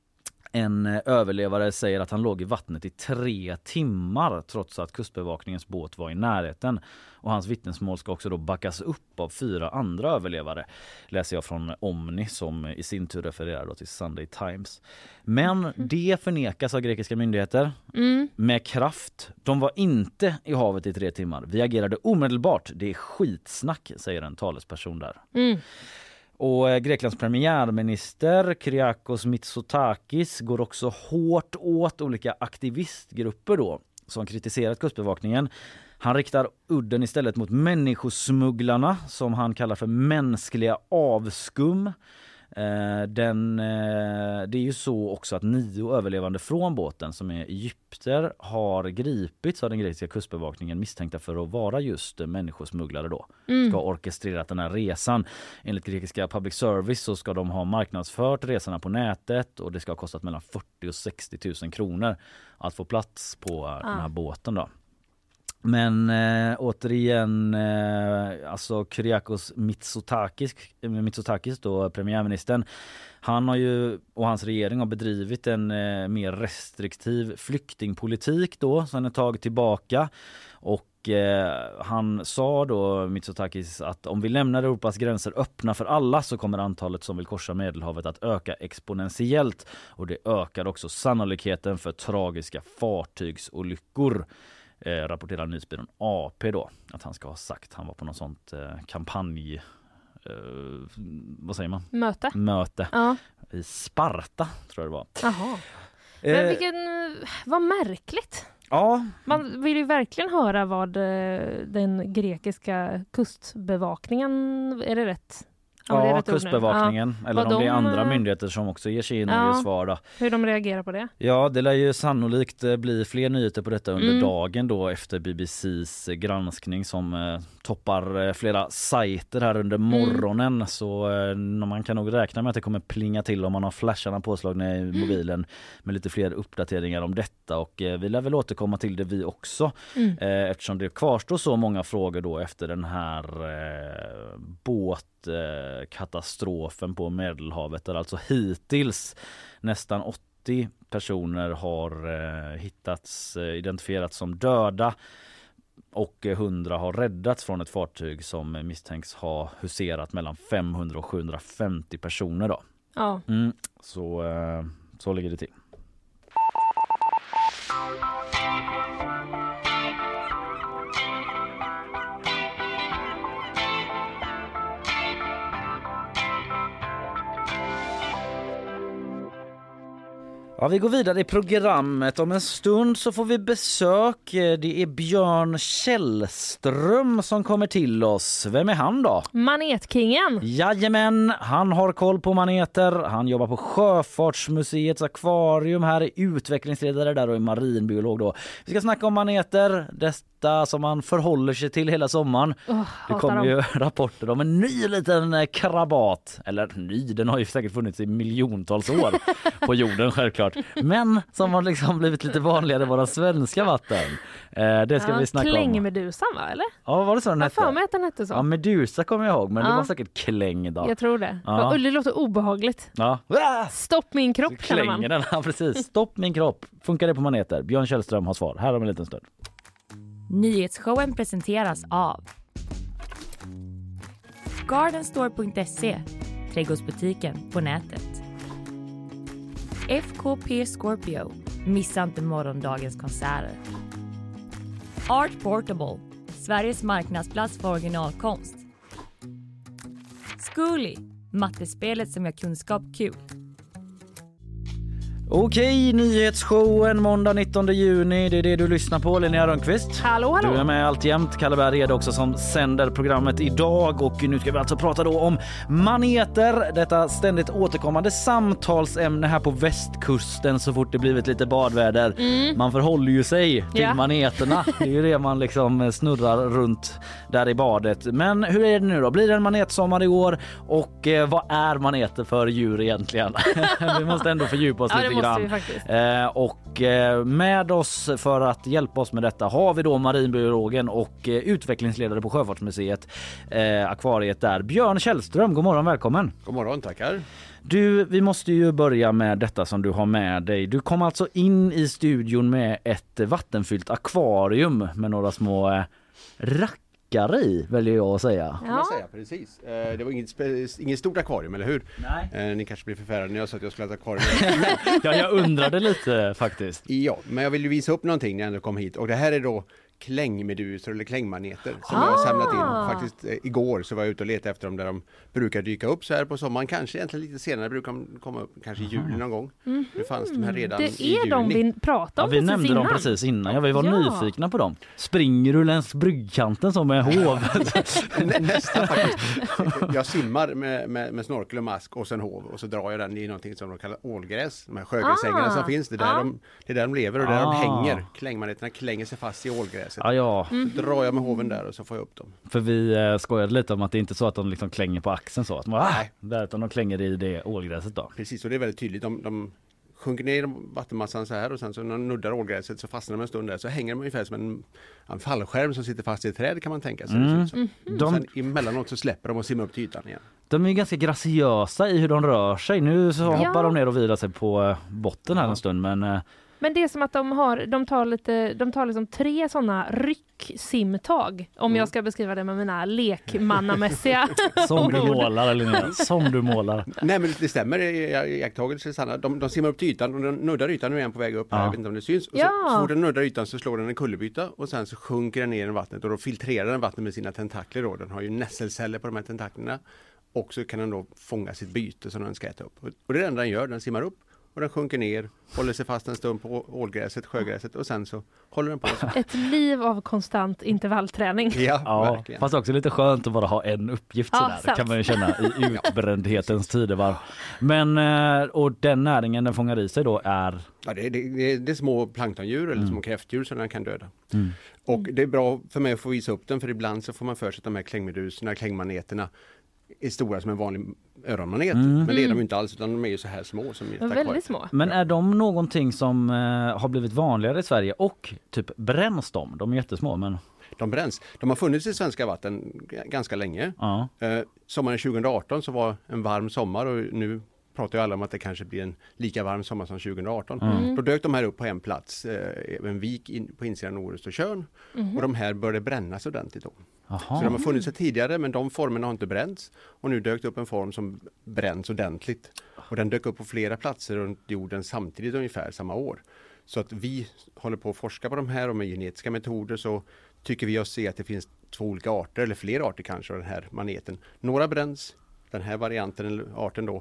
En överlevare säger att han låg i vattnet i tre timmar trots att kustbevakningens båt var i närheten. Och hans vittnesmål ska också då backas upp av fyra andra överlevare. Läser jag från Omni, som i sin tur refererar då till Sunday Times. Men mm. det förnekas av grekiska myndigheter mm. med kraft. De var inte i havet i tre timmar. Vi agerade omedelbart. Det är skitsnack, säger en talesperson där. Mm. Och Greklands premiärminister Kyriakos Mitsotakis går också hårt åt olika aktivistgrupper då som kritiserat kustbevakningen. Han riktar udden istället mot människosmugglarna som han kallar för mänskliga avskum. Den, det är ju så också att nio överlevande från båten som är egypter har gripits av den grekiska kustbevakningen misstänkta för att vara just människosmugglare då. Mm. Ska ha orkestrerat den här resan. Enligt grekiska public service så ska de ha marknadsfört resorna på nätet och det ska ha kostat mellan fyrtio och sextio tusen kronor att få plats på ah. den här båten då. Men äh, återigen, äh, alltså Kyriakos Mitsotakis, Mitsotakis då, premiärministern, han har ju och hans regering har bedrivit en äh, mer restriktiv flyktingpolitik då sedan ett tag tillbaka. Och äh, han sa då, Mitsotakis, att om vi lämnar Europas gränser öppna för alla så kommer antalet som vill korsa Medelhavet att öka exponentiellt. Och det ökar också sannolikheten för tragiska fartygsolyckor. Eh, rapporterar nyhetsbyrån A P då att han ska ha sagt, han var på något sånt eh, kampanj eh, vad säger man? Möte. Möte Ja. i Sparta tror jag det var. Jaha. Men Eh, vilken, vad märkligt. ja, Man vill ju verkligen höra vad eh, den grekiska kustbevakningen, är det rätt? Om det är ja rätt ord nu. kustbevakningen Ja. eller Vad om det är de, andra eh, myndigheter som också ger sig in och Ja. ger svar då. Hur de reagerar på det. Ja, det lär ju sannolikt eh, bli fler nyheter på detta under Mm. dagen då efter B B C:s granskning som eh, toppar eh, flera sajter här under morgonen. Mm. Så eh, man kan nog räkna med att det kommer plinga till om man har flasharna påslagna i mobilen med lite fler uppdateringar om detta. Och eh, vi lär väl återkomma till det vi också Mm. eh, eftersom det kvarstår så många frågor då efter den här eh, båtkatastrofen på Medelhavet där alltså hittills nästan åttio personer har eh, hittats, eh, identifierats som döda och hundra har räddats från ett fartyg som misstänks ha huserat mellan femhundra och sjuhundrafemtio personer då. Ja. Mm, så, eh, så ligger det till. Ja, vi går vidare i programmet. Om en stund så får vi besök. Det är Björn Källström som kommer till oss. Vem är han då? Manetkingen. Jajamän, han har koll på maneter. Han jobbar på Sjöfartsmuseets akvarium här, är utvecklingsledare där och är marinbiolog då. Vi ska snacka om maneter, detta som man förhåller sig till hela sommaren. Oh, det kommer ju rapporter om en ny liten krabat. Eller ny, den har ju säkert funnits i miljontals år på jorden självklart. Men som har liksom blivit lite vanligare i våra svenska vatten. Eh, det ska ja, vi snacka om. Klängmedusan va, eller? Ja, var det så den hette? Jag för mig att den hette så. Ja, medusa kommer jag ihåg, men ja. det var säkert kläng då. Jag tror det. Ja. Det låter obehagligt. Ja. Stopp min kropp, kallar man. Den, ja, precis. Stopp min kropp. Funkar det på maneter? Björn Källström har svar. Här om en liten stund. Nyhetsshowen presenteras av gardenstore punkt se, trädgårdsbutiken på nätet. F K P Scorpio, missa inte morgondagens konserter. Art Portable, Sveriges marknadsplats för originalkonst. Zcooly, mattespelet som gör kunskap kul. Okej, nyhetsshowen måndag nittonde juni. Det är det du lyssnar på, Linnea Rönnqvist. Hallå, hallå. Du är med alltjämt. Kalle Berg är det också som sänder programmet idag. Och nu ska vi alltså prata då om maneter. Detta ständigt återkommande samtalsämne här på västkusten så fort det blivit lite badväder. Mm. Man förhåller ju sig till ja. maneterna. Det är ju det man liksom snurrar runt där i badet. Men hur är det nu då? Blir det en manetsommar i år? Och eh, vad är maneter för djur egentligen? Vi måste ändå fördjupa oss ja, lite. Eh, och eh, med oss för att hjälpa oss med detta har vi då marinbiologen och eh, utvecklingsledare på Sjöfartsmuseet, eh, akvariet där, Björn Källström. God morgon, välkommen. God morgon, tackar. Du, vi måste ju börja med detta som du har med dig. Du kom alltså in i studion med ett vattenfyllt akvarium med några små eh, rack i, väljer jag att säga. Ja. Säga precis. Det var inget, inget stort akvarium, eller hur? Nej. Ni kanske blir förfärade när jag sa att jag skulle ha ett akvarium. Ja, jag undrade lite faktiskt. Ja, men jag vill ju visa upp någonting när jag ändå kom hit. Och det här är då klängmedusor eller klängmaneter som ah. jag har samlat in. Faktiskt eh, igår så var jag ute och letade efter dem där de brukar dyka upp så här på sommaren. Kanske egentligen lite senare brukar de komma upp, kanske i juli någon gång. Mm-hmm. Det fanns de här redan det i juni. Det är de vi pratade om ja, vi nämnde innan. dem precis innan. Jag var ju ja. nyfikna på dem. Springer du längs bryggkanten som med hov? Nä, nästan faktiskt. Jag simmar med, med, med snorkel och mask och sen hov och så drar jag den i någonting som de kallar ålgräs. De här sjögräsängarna ah. som finns, det är, där ah. de, det är där de lever och där ah. de hänger. Klängmaneterna klänger sig fast i ålgräset. Ah, ja. Mm. Så drar jag med hoven där och så får jag upp dem. För vi eh, skojade lite om att det inte är så att de liksom klänger på axeln så. Att man, ah, där, utan de klänger i det ålgräset då. Precis, och det är väldigt tydligt. De, de sjunker ner i vattenmassan så här och sen så när de nuddar ålgräset så fastnar de en stund där. Så hänger de ungefär som en, en fallskärm som sitter fast i ett träd kan man tänka sig. Mm. Mm. De... Sen emellanåt så släpper de och simmar upp till ytan igen. De är ganska graciösa i hur de rör sig. Nu så hoppar ja. de ner och vilar sig på botten här ja. en stund men... Eh, Men det är som att de har, de tar lite, de tar liksom tre sådana rycksimtag, om mm. jag ska beskriva det med mina lekmannamässiga som du målar, eller som du målar. Nej, men det stämmer, iakttagelser Sanna. De, de simmar upp till ytan och de nuddar ytan och är på väg upp. Ja. Jag vet inte om det syns. Och ja. så, så fort den nuddar ytan så slår den en kullerbyta och sen så sjunker den ner i vattnet och då filtrerar den vattnet med sina tentakler. Då. Den har ju nässelceller på de här tentaklerna och så kan den då fånga sitt byte som den ska äta upp. Och det är det enda den gör, den simmar upp. Och den sjunker ner, håller sig fast en stund på ålgräset, sjögräset och sen så håller den på. Ett liv av konstant intervallträning. Ja, ja verkligen. Fast också lite skönt att bara ha en uppgift ja, sådär. Det kan man ju känna i utbrändhetens tidevarv. Men, och den näringen den fångar i sig då är... Ja, det är, det är, det är små planktondjur eller mm. små kräftdjur som den kan döda. Mm. Och det är bra för mig att få visa upp den för ibland så får man för sig att de här klängmeduserna, klängmaneterna är stora som en vanlig öronmanet. Mm. Men det är de ju inte alls utan de är ju så här små. Som de är väldigt små. Men är de någonting som eh, har blivit vanligare i Sverige och typ bränns de? De är jättesmå men... De bränns. De har funnits i svenska vatten g- ganska länge. Ja. Eh, sommaren tjugo arton så var en varm sommar och nu pratar ju alla om att det kanske blir en lika varm sommar som tjugo arton. Mm. Då dök de här upp på en plats, eh, en vik in, på insidan av Orust och Tjörn. Mm. Och de här började brännas ordentligt då. Aha. Så de har funnits här tidigare men de formerna har inte bränts. Och nu dök det upp en form som bränns ordentligt. Och den dök upp på flera platser runt jorden samtidigt ungefär samma år. Så att vi håller på att forska på de här och med genetiska metoder så tycker vi oss se att det finns två olika arter eller fler arter kanske av den här maneten. Några bränns, den här varianten eller arten då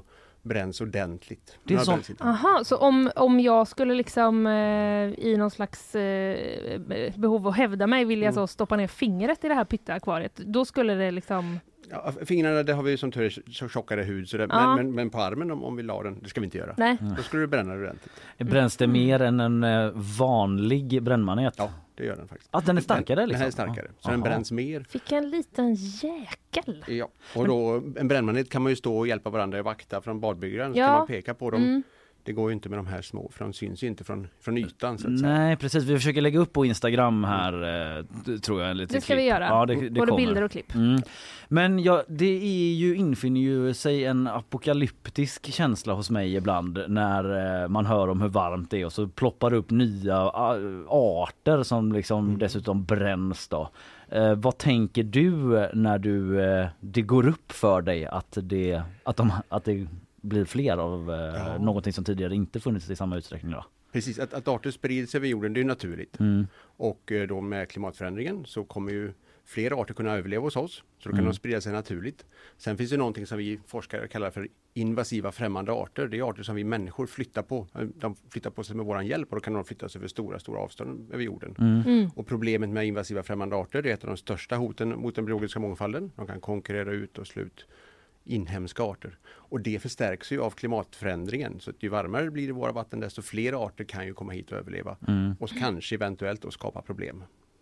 bränns ordentligt. Det är så. Aha, så om, om jag skulle liksom eh, i någon slags eh, behov att hävda mig vill jag mm. så stoppa ner fingret i det här pytteakvariet, då skulle det liksom... Ja, fingrarna, det har vi som tur är så tjockare hud, så det, ja. men, men, men på armen om, om vi la den, det ska vi inte göra. Nej. Då skulle det bränna ordentligt. Mm. Bränns det Mm. mer än en eh, vanlig brännmanet? Ja, det gör den faktiskt. Att den är starkare den, liksom? Den är starkare, så Aha. den bränns mer. Fick en liten jäkel. Ja, och då en brännmanet kan man ju stå och hjälpa varandra att vakta från badbyggaren, så ja. kan man peka på dem. Mm. Det går ju inte med de här små, för de syns ju inte från, från ytan. Så att Nej, säga. precis. Vi försöker lägga upp på Instagram här, eh, tror jag. Lite det ska klipp. vi göra. Ja, det, det Både kommer. bilder och klipp. Mm. Men ja, det är ju, infinner ju sig en apokalyptisk känsla hos mig ibland när eh, man hör om hur varmt det är och så ploppar det upp nya uh, arter som liksom mm. dessutom bränns då. Eh, vad tänker du när du, eh, det går upp för dig att det, att de, att det blir fler av eh, ja. någonting som tidigare inte funnits i samma utsträckning då? Precis, att, att arter sprider sig över jorden, det är naturligt. Mm. Och eh, då med klimatförändringen så kommer ju fler arter kunna överleva hos oss. Så då kan mm. de sprida sig naturligt. Sen finns det någonting som vi forskare kallar för invasiva främmande arter. Det är arter som vi människor flyttar på. De flyttar på sig med våran hjälp och då kan de flytta sig över stora, stora avstånd över jorden. Mm. Mm. Och problemet med invasiva främmande arter är ett av de största hoten mot den biologiska mångfalden. De kan konkurrera ut och slå ut inhemska arter. Och det förstärks ju av klimatförändringen. Så att ju varmare det blir i våra vatten, desto fler arter kan ju komma hit och överleva. Mm. Och kanske eventuellt då skapa problem.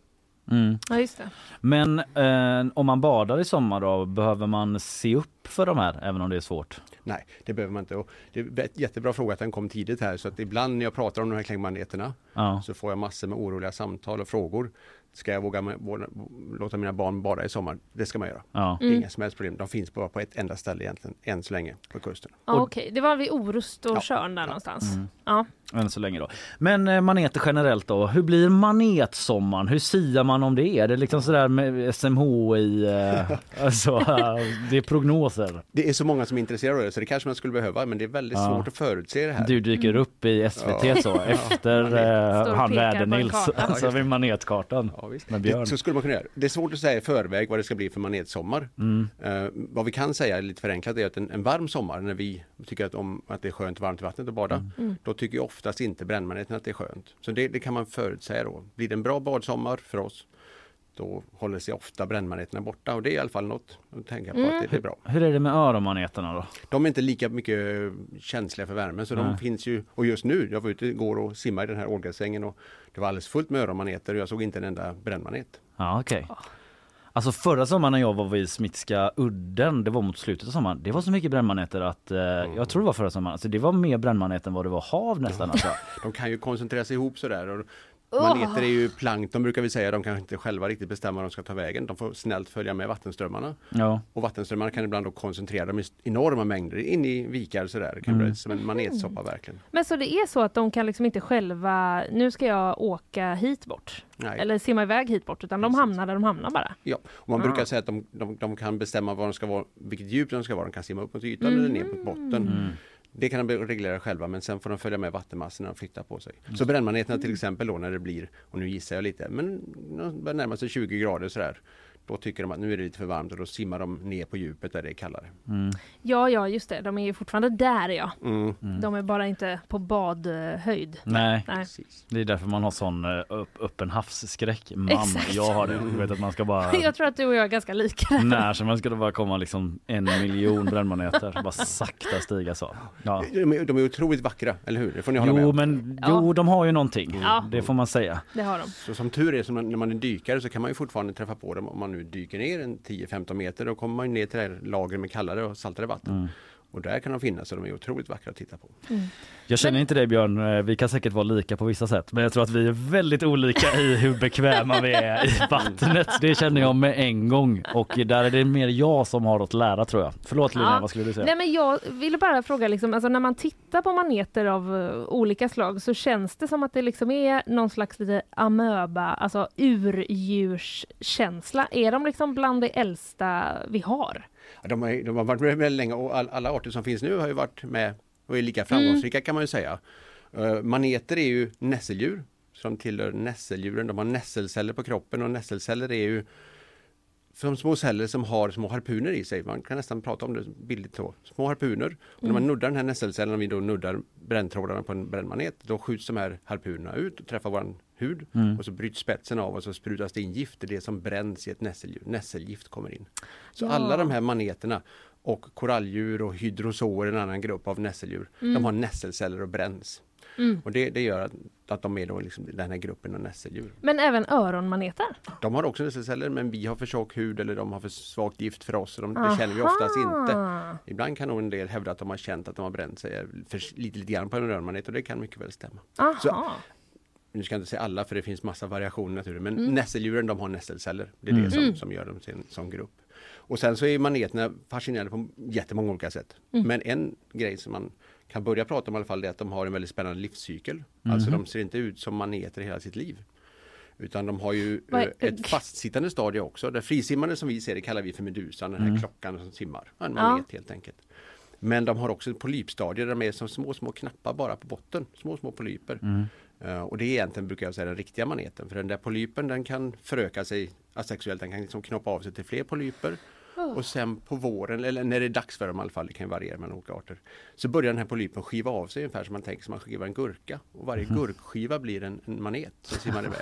Mm. Ja, just det. Men eh, om man badar i sommar då, behöver man se upp för de här, även om det är svårt? Nej, det behöver man inte. Och det är en jättebra fråga att den kom tidigt här. Så att ibland när jag pratar om de här klängmaneterna ja. så får jag massor med oroliga samtal och frågor. Ska jag våga, våga låta mina barn bada i sommar? Det ska man göra. Ja. Mm. Inga som helst problem. De finns bara på ett enda ställe egentligen, än så länge på kusten. Ja, okej. Okay. Det var vid Orust och ja. Tjörn där ja. någonstans. Mm. Ja. Än så länge då. Men eh, maneter generellt då. Hur blir manetsommaren? Hur siar man om det? Är det liksom sådär med S M H I? Eh, alltså, det är prognoser. Det är så många som är intresserade av det, så det kanske man skulle behöva, men det är väldigt ja. svårt att förutse det här. Du dyker upp i S V T ja. så, efter eh, han Väder-Nils, alltså vid manetkartan. Ja, med Björn. Det, så skulle man kunna göra. Det är svårt att säga i förväg vad det ska bli för manetsommar. Mm. Uh, vad vi kan säga lite förenklat är att en, en varm sommar, när vi tycker att, om, att det är skönt varmt i vattnet att bada, mm. då tycker jag oftast inte brännmaneten att det är skönt. Så det, det kan man förutsäga då. Blir det en bra badsommar för oss, då håller sig ofta brännmaneterna borta. Och det är i alla fall något att tänka på mm. att det, det är bra. Hur är det med öronmaneterna då? De är inte lika mycket känsliga för värmen. Så mm. de finns ju, och just nu, jag var ute igår och simmade i den här Ålgasängen och det var alldeles fullt med öronmaneter och jag såg inte en enda brännmanet. Ja, okej. Okay. Alltså förra sommaren när jag var vid Smitska udden, det var mot slutet av sommaren, det var så mycket brännmaneter att eh, mm. jag tror det var förra sommaren, alltså det var mer brännmaneter än vad det var hav nästan. Alltså. De kan ju koncentrera sig ihop sådär och maneter är ju plankton brukar vi säga, de kan inte själva riktigt bestämma var de ska ta vägen. De får snällt följa med vattenströmmarna. Ja. Och vattenströmmarna kan ibland då koncentrera dem i enorma mängder in i vikar sådär. Det kan mm. bli som en manetsoppa verkligen. Men så det är så att de kan liksom inte själva, nu ska jag åka hit bort. Nej. Eller simma iväg hit bort, utan de hamnar där de hamnar bara. Ja, och man ja. brukar säga att de, de, de kan bestämma var de ska vara, vilket djup de ska vara. De kan simma upp mot ytan mm. eller ner mot botten. Mm. Det kan de reglera själva, men sen får de följa med vattenmassorna och flytta på sig. Mm. Så brännmaneterna till exempel då när det blir, och nu gissar jag lite, men börjar närma sig tjugo grader sådär. Då tycker de att nu är det lite för varmt och då simmar de ner på djupet där det är kallare. Mm. Ja, ja, just det. De är ju fortfarande där, ja. Mm. Mm. De är bara inte på badhöjd. Nej, Nej. Det är därför man har sån upp, öppen havsskräck. Mamma, jag har det. Jag vet att man ska bara... jag tror att du och jag är ganska lika. Nej, så man ska det bara komma liksom en miljon brännmaneter. Bara sakta stiga så. Ja. De, är, de är otroligt vackra, eller hur? Det får ni hålla jo, med om. Men, ja. Jo, de har ju någonting. Ja. Det får man säga. Det har de. Så som tur är, som när man är dykare så kan man ju fortfarande träffa på dem om man nu dyker ner en tio femton meter, då kommer man ner till det här lagret med kallare och saltare vatten. Mm. Och där kan de finnas och de är otroligt vackra att titta på. Mm. Jag känner men... inte det, Björn. Vi kan säkert vara lika på vissa sätt. Men jag tror att vi är väldigt olika i hur bekväma vi är i vattnet. Det känner jag med en gång. Och där är det mer jag som har att lära, tror jag. Förlåt Lina, ja. Vad skulle du säga? Nej, men jag ville bara fråga, liksom, alltså, när man tittar på maneter av uh, olika slag så känns det som att det liksom är någon slags lite amöba, alltså urdjurskänsla. Är de liksom bland det äldsta vi har? De har, de har varit med väldigt länge och all, alla arter som finns nu har ju varit med och är lika framgångsrika mm. kan man ju säga. Uh, maneter är ju nässeldjur som tillhör nässeldjuren. De har nässelceller på kroppen och nässelceller är ju som små celler som har små harpuner i sig. Man kan nästan prata om det billigt så. Små harpuner. Och när man nuddar den här nässelcellen, om vi då nuddar bränntrådarna på en brännmanet, då skjuts de här harpunerna ut och träffar vår hud. Mm. Och så bryts spetsen av och så sprutas det in gift. Det är det som bränns i ett nässeldjur. Nässelgift kommer in. Så ja. alla de här maneterna och koralldjur och hydrozoer, en annan grupp av nässeldjur, mm. de har nässelceller och bränns. Mm. Och det, det gör att, att de är då liksom den här gruppen av nässeldjur. Men även öronmaneter? De har också nässelceller, men vi har för tjock hud eller de har för svagt gift för oss. Och de, det känner vi oftast inte. Ibland kan nog en del hävda att de har känt att de har bränt sig för, lite, lite grann på en öronmanet, och det kan mycket väl stämma. Så, nu ska jag inte säga alla, för det finns massa variationer i naturen, men mm. nässeldjuren, de har nässelceller. Det är mm. det som, som gör dem till en sån grupp. Och sen så är maneterna fascinerande på jättemånga olika sätt. Mm. Men en grej som man kan börja prata om i alla fall är att de har en väldigt spännande livscykel. Mm. Alltså de ser inte ut som maneter hela sitt liv. Utan de har ju eh, ett fastsittande stadie också. Det frisimmande som vi ser, det kallar vi för medusan, den här mm. klockan som simmar. En manet ja. helt enkelt. Men de har också ett polypstadie där de är som små, små knappar bara på botten. Små, små polyper. Mm. Uh, och det är egentligen, brukar jag säga, den riktiga maneten. För den där polypen, den kan föröka sig asexuellt. Den kan liksom knoppa av sig till fler polyper. Oh. Och sen på våren, eller när det är dags för dem i alla fall, det kan variera mellan olika arter, så börjar den här polypen skiva av sig ungefär som man tänker som man skivar en gurka. Och varje mm. gurkskiva blir en, en manet som simmar iväg.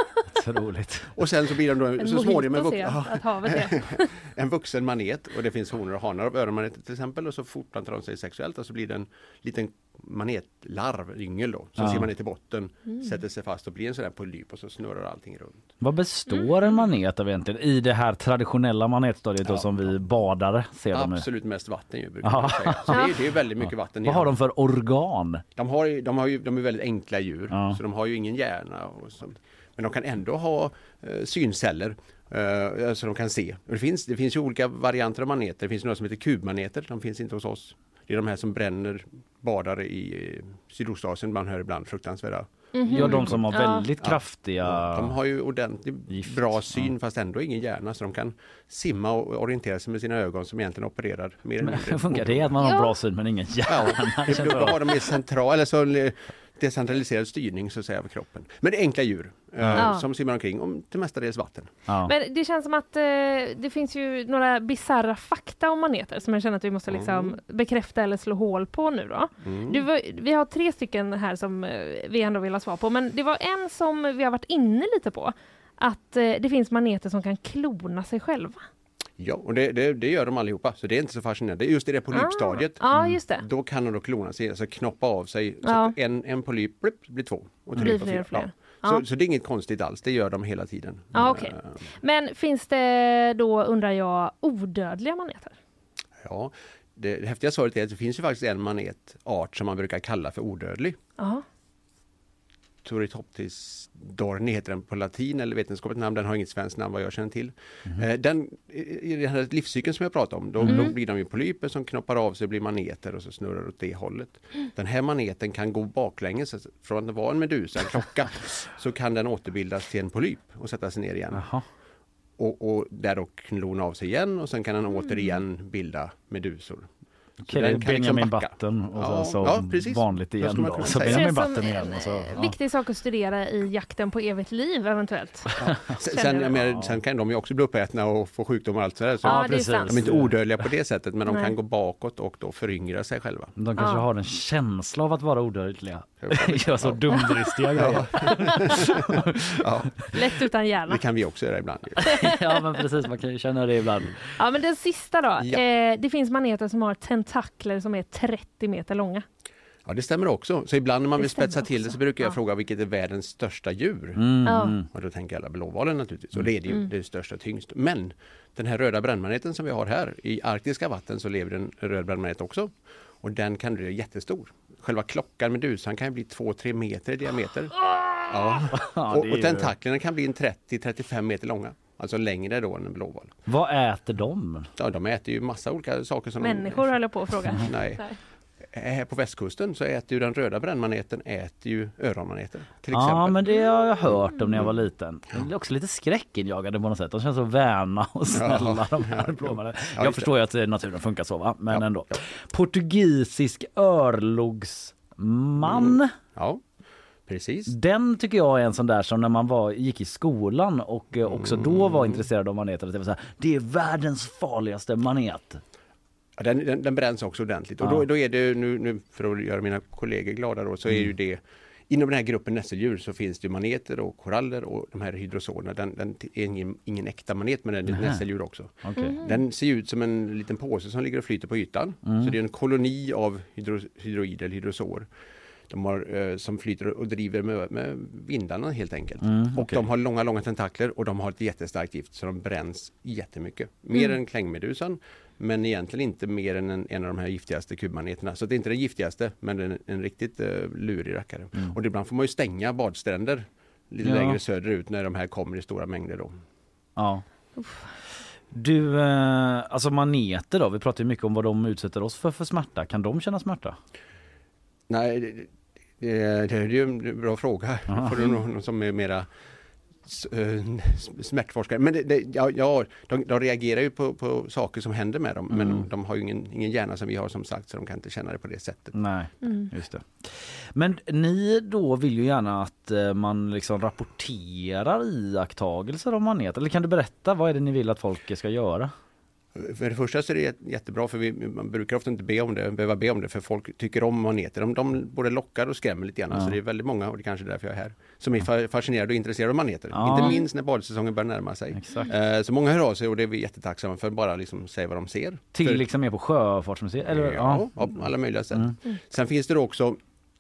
Så roligt. Och sen så blir de då en så småningom en, vux- att havet är. en vuxen manet, och det finns honor och hanar av öronmaneter till exempel, och så fortplantar de sig sexuellt och så blir det en liten manetlarv, yngel då, som ja. simmar ner till botten, mm. sätter sig fast och blir en sån där polyp och så snurrar allting runt. Vad består mm. en manet av egentligen i det här traditionella manetstadiet då, ja. som vi badare ser dem i? Absolut mest vatten ju, brukar man säga. Så det, är, det är väldigt mycket ja. vatten. Vad har de för organ? De, har, de, har ju, de är väldigt enkla djur, ja. så de har ju ingen hjärna och sånt. Men de kan ändå ha eh, synceller eh, så de kan se. Och det, finns, det finns ju olika varianter av maneter. Det finns några som heter kubmaneter. De finns inte hos oss. Det är de här som bränner badare i eh, Sydostasien. Man hör ibland fruktansvärda. Mm-hmm. Ja, de som har väldigt ja. kraftiga... Ja, de har ju ordentligt gift. Bra syn ja. fast ändå ingen hjärna. Så de kan simma och orientera sig med sina ögon som egentligen opererar mer. Men hur funkar det att man har ja. bra syn men ingen hjärna? Ja, då har de mer central... Eller så, decentraliserad styrning så att säga av kroppen. Men det är enkla djur eh, ja. som simmar omkring om till mestadels vatten. Ja. Men det känns som att eh, det finns ju några bizarra fakta om maneter som jag känner att vi måste liksom mm. bekräfta eller slå hål på nu då. Mm. Du, vi har tre stycken här som eh, vi ändå vill ha svar på, men det var en som vi har varit inne lite på, att eh, det finns maneter som kan klona sig själva. Ja, och det, det, det gör de allihopa, så det är inte så fascinerande. Det är just i det polypstadiet. Ah, ja, just det. Då kan de då klona sig, alltså knoppa av sig. Så ja. att en, en polyp blip, blir två. Och tre blir på fler, fler. Ja. Så, ja. så det är inget konstigt alls, det gör de hela tiden. Ah, okay. Men finns det då, undrar jag, odödliga maneter? Ja, det, det häftiga svaret är att det finns ju faktiskt en manetart som man brukar kalla för odödlig. Ja. Turritopsis dorni heter den på latin eller vetenskapligt namn. Den har inget svenskt namn vad jag känner till. Mm. Den, i den här livscykeln som jag pratade om, då, mm. då blir de ju polyper som knoppar av sig och blir maneter och så snurrar åt det hållet. Mm. Den här maneten kan gå baklänges från att vara en medusa, en klocka, så kan den återbildas till en polyp och sätta sig ner igen. Aha. Och, och där då klona av sig igen och sen kan den mm. återigen bilda medusor. Okej, det är Benjamin liksom Button och ja, så, så ja, precis. vanligt igen då. Så Benjamin Button igen. Och så, ja. Viktig sak att studera i jakten på evigt liv eventuellt. Ja. sen, sen, men, sen kan de ju också bli uppätna och få sjukdomar och allt sådär. Så ja, de är inte odödliga på det sättet, men de Nej. kan gå bakåt och då föryngra sig själva. De kanske ja. har en känsla av att vara odödliga. Gör så dumdristiga grejer. ja. Lätt utan hjärna. Det kan vi också göra ibland. ja, men precis. Man kan ju känna det ibland. Ja, men den sista då. Ja. Eh, det finns maneter som har tentakler som är trettio meter långa. Ja, det stämmer också. Så ibland när man det vill spetsa till det så brukar jag ja. fråga vilket är världens största djur. Mm. Ja. Och då tänker alla blåvalen naturligtvis. Och det är det ju mm. det största tyngst. Men den här röda brännmaneten som vi har här, i arktiska vatten så lever en röd brännmanet också. Och den kan bli jättestor. Själva klockan medusan kan bli två till tre meter i diameter. Ja. och, och tentaklerna kan bli en trettio till trettiofem meter långa. Alltså längre då än en blåval. Vad äter de? Ja, de äter ju massa olika saker. Som Människor de... håller på att fråga. Nej. Nej. Här på västkusten så äter ju den röda brännmaneten äter ju öronmaneter till exempel. Ja, men det har jag hört om när jag var liten. De är också lite skräckinjagade på något sätt. De känns så värna och snälla, ja, de här blåmarna. Jag ja, förstår ju att naturen funkar så, va? Men ja, ändå. Ja. Portugisisk örlogsman. Mm. Ja. Precis. Den tycker jag är en sån där som när man var, gick i skolan och eh, också mm. då var intresserad av maneter. Det var så här, det är världens farligaste manet. Ja, den, den, den bränns också ordentligt. Ja. Och då, då är det, nu, nu för att göra mina kollegor glada då, så är mm. ju det, inom den här gruppen nässeldjur så finns det maneter och koraller och de här hydrozoerna. Den, den är ingen, ingen äkta manet, men den är ett nässeldjur också. Okay. Mm. Den ser ut som en liten påse som ligger och flyter på ytan. Mm. Så det är en koloni av hydro, hydroider eller hydrozoer. De har, eh, som flyter och driver med, med vindarna helt enkelt. Mm, okay. Och de har långa, långa tentakler och de har ett jättestarkt gift så de bränns jättemycket. Mer mm. än klängmedusan, men egentligen inte mer än en, en av de här giftigaste kubmaneterna. Så det är inte den giftigaste, men en, en riktigt eh, lurig rackare. Mm. Och ibland får man ju stänga badstränder lite ja. längre söderut när de här kommer i stora mängder då. Ja. Uff. Du, eh, alltså maneter då, vi pratar ju mycket om vad de utsätter oss för för smärta. Kan de känna smärta? Nej, det, det, det är ju en bra fråga. Får du någon som är mera smärtforskare. Men det, det, ja, ja, de, de reagerar ju på, på saker som händer med dem. Mm. Men de, de har ju ingen, ingen hjärna som vi har som sagt, så de kan inte känna det på det sättet. Nej, mm. just det. Men ni då vill ju gärna att man liksom rapporterar iakttagelser om maneter. Eller kan du berätta, vad är det ni vill att folk ska göra? För det första så är det jättebra, för vi, man brukar ofta inte be om det, behöva be om det, för folk tycker om maneter. De, de både lockar och skrämmer lite grann, ja. Så det är väldigt många, och det är kanske därför jag är här, som är fascinerade och intresserade av maneter. Ja. Inte minst när badsäsongen börjar närma sig. Exakt. Eh, så många hör av sig och det är vi jättetacksamma för, bara liksom säga vad de ser. Till för, liksom är på Sjöfartsmuseet? Eller? Ja, ja, på alla möjliga sätt. Mm. Mm. Sen finns det också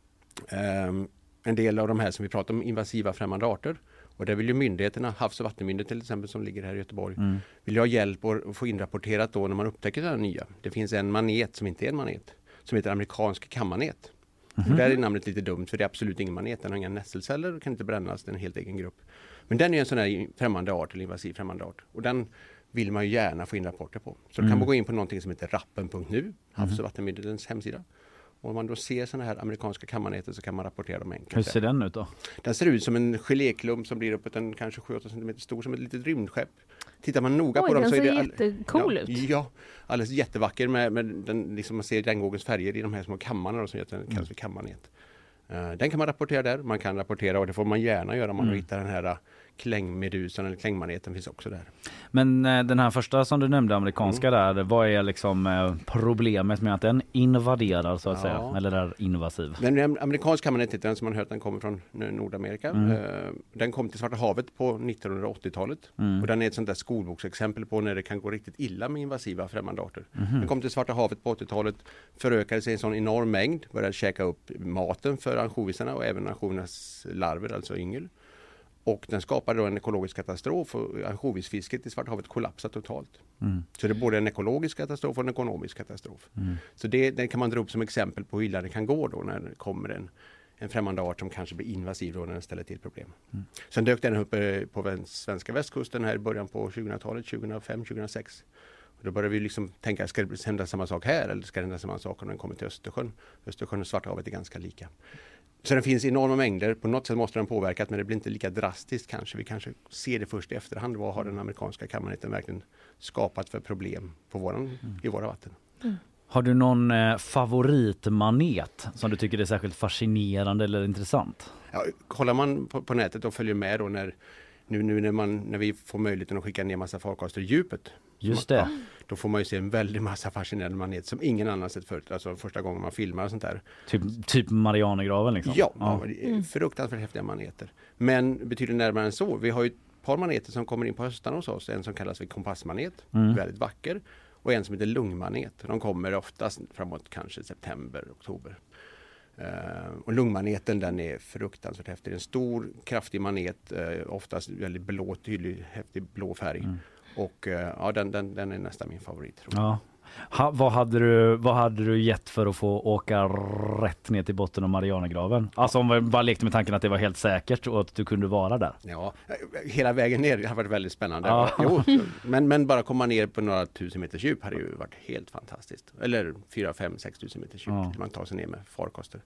eh, en del av de här som vi pratar om, invasiva främmande arter. Och där vill ju myndigheterna, Havs- och vattenmyndigheten till exempel som ligger här i Göteborg, mm. vill ju ha hjälp att få inrapporterat då när man upptäcker det här nya. Det finns en manet som inte är en manet, som heter amerikansk kammanet. Mm. Och där är namnet lite dumt, för det är absolut ingen manet. Den har inga nässelceller och kan inte brännas, den är en helt egen grupp. Men den är en sån här främmande art, eller invasiv främmande art. Och den vill man ju gärna få in rapporter på. Så mm. då kan man gå in på någonting som heter rappen punkt nu, Havs- och vattenmyndighetens hemsida. Och om man då ser såna här amerikanska kammaneter så kan man rapportera dem enkelt. Hur ser den ut då? Den ser ut som en geléklump som blir uppåt en kanske sju åtta centimeter stor, som ett litet rymdskepp. Tittar man noga Oj, på dem så är det all... jättecool ja, ut. Ja, alldeles jättevacker med, med den, liksom man ser regnbågens färger i de här små kammarna då, som heter, kallas för kammanet. Uh, den kan man rapportera där, man kan rapportera, och det får man gärna göra om man mm. hittar den här klängmedusan eller klängmaneten, finns också där. Men eh, den här första som du nämnde, amerikanska mm. där, vad är liksom eh, problemet med att den invaderar så att ja. säga, eller är invasiv? Den amerikanska kammanet, den som man hört, den kommer från Nordamerika. Mm. Uh, den kom till Svarta havet på nittonhundraåttiotalet mm. och den är ett sånt där skolboksexempel på när det kan gå riktigt illa med invasiva främmande arter. Mm. Den kom till Svarta havet på åttiotalet, förökade sig en sån enorm mängd, började käka upp maten för ansjovisarna och även ansjovisernas larver, alltså yngel. Och den skapade då en ekologisk katastrof, och ansjovisfisket i Svarta havet kollapsade totalt. Mm. Så det är både en ekologisk katastrof och en ekonomisk katastrof. Mm. Så det, det kan man dra upp som exempel på hur illa det kan gå då när det kommer en, en främmande art som kanske blir invasiv då när den ställer till problem. Mm. Sen dök den upp på den svenska västkusten här i början på tjugohundratalet, tjugohundrafem tjugohundrasex. Och då började vi liksom tänka, ska det hända samma sak här eller ska det hända samma sak om den kommer till Östersjön? Östersjön och Svarta havet är ganska lika. Så den finns i enorma mängder. På något sätt måste den påverkat, men det blir inte lika drastiskt kanske. Vi kanske ser det först i efterhand. Vad har den amerikanska kammaneten verkligen skapat för problem på våran, mm. i våra vatten? Mm. Har du någon eh, favoritmanet som du tycker är särskilt fascinerande eller intressant? Ja, kollar man på, på nätet och följer med då när, nu, nu när, man, när vi får möjligheten att skicka ner massa farkoster i djupet. Just det. Ja, då får man ju se en väldig massa fascinerande manet som ingen annan sett förut. Alltså första gången man filmar och sånt där. Typ, typ Marianergraven liksom? Ja, ja. Mm. Fruktansvärt häftiga maneter. Men betydligt närmare än så. Vi har ju ett par maneter som kommer in på höstarna hos oss. En som kallas för kompassmanet, mm. väldigt vacker. Och en som heter lungmanet. De kommer oftast framåt kanske september, oktober. Uh, och lungmaneten, den är fruktansvärt häftig. En stor, kraftig manet, uh, oftast väldigt blå, tydlig, häftig blå färg. Mm. Och uh, ja, den, den, den är nästan min favorit. Tror jag. Ja. Ha, vad, hade du, vad hade du gett för att få åka rätt ner till botten av Marianergraven? Alltså om vi bara lekte med tanken att det var helt säkert och att du kunde vara där. Ja, hela vägen ner har varit väldigt spännande. Ja. Jo, men, men bara komma ner på några tusen meters djup hade ju varit helt fantastiskt. Eller fyra, fem, sex tusen meters djup. Ja. Man tar sig ner med farkoster.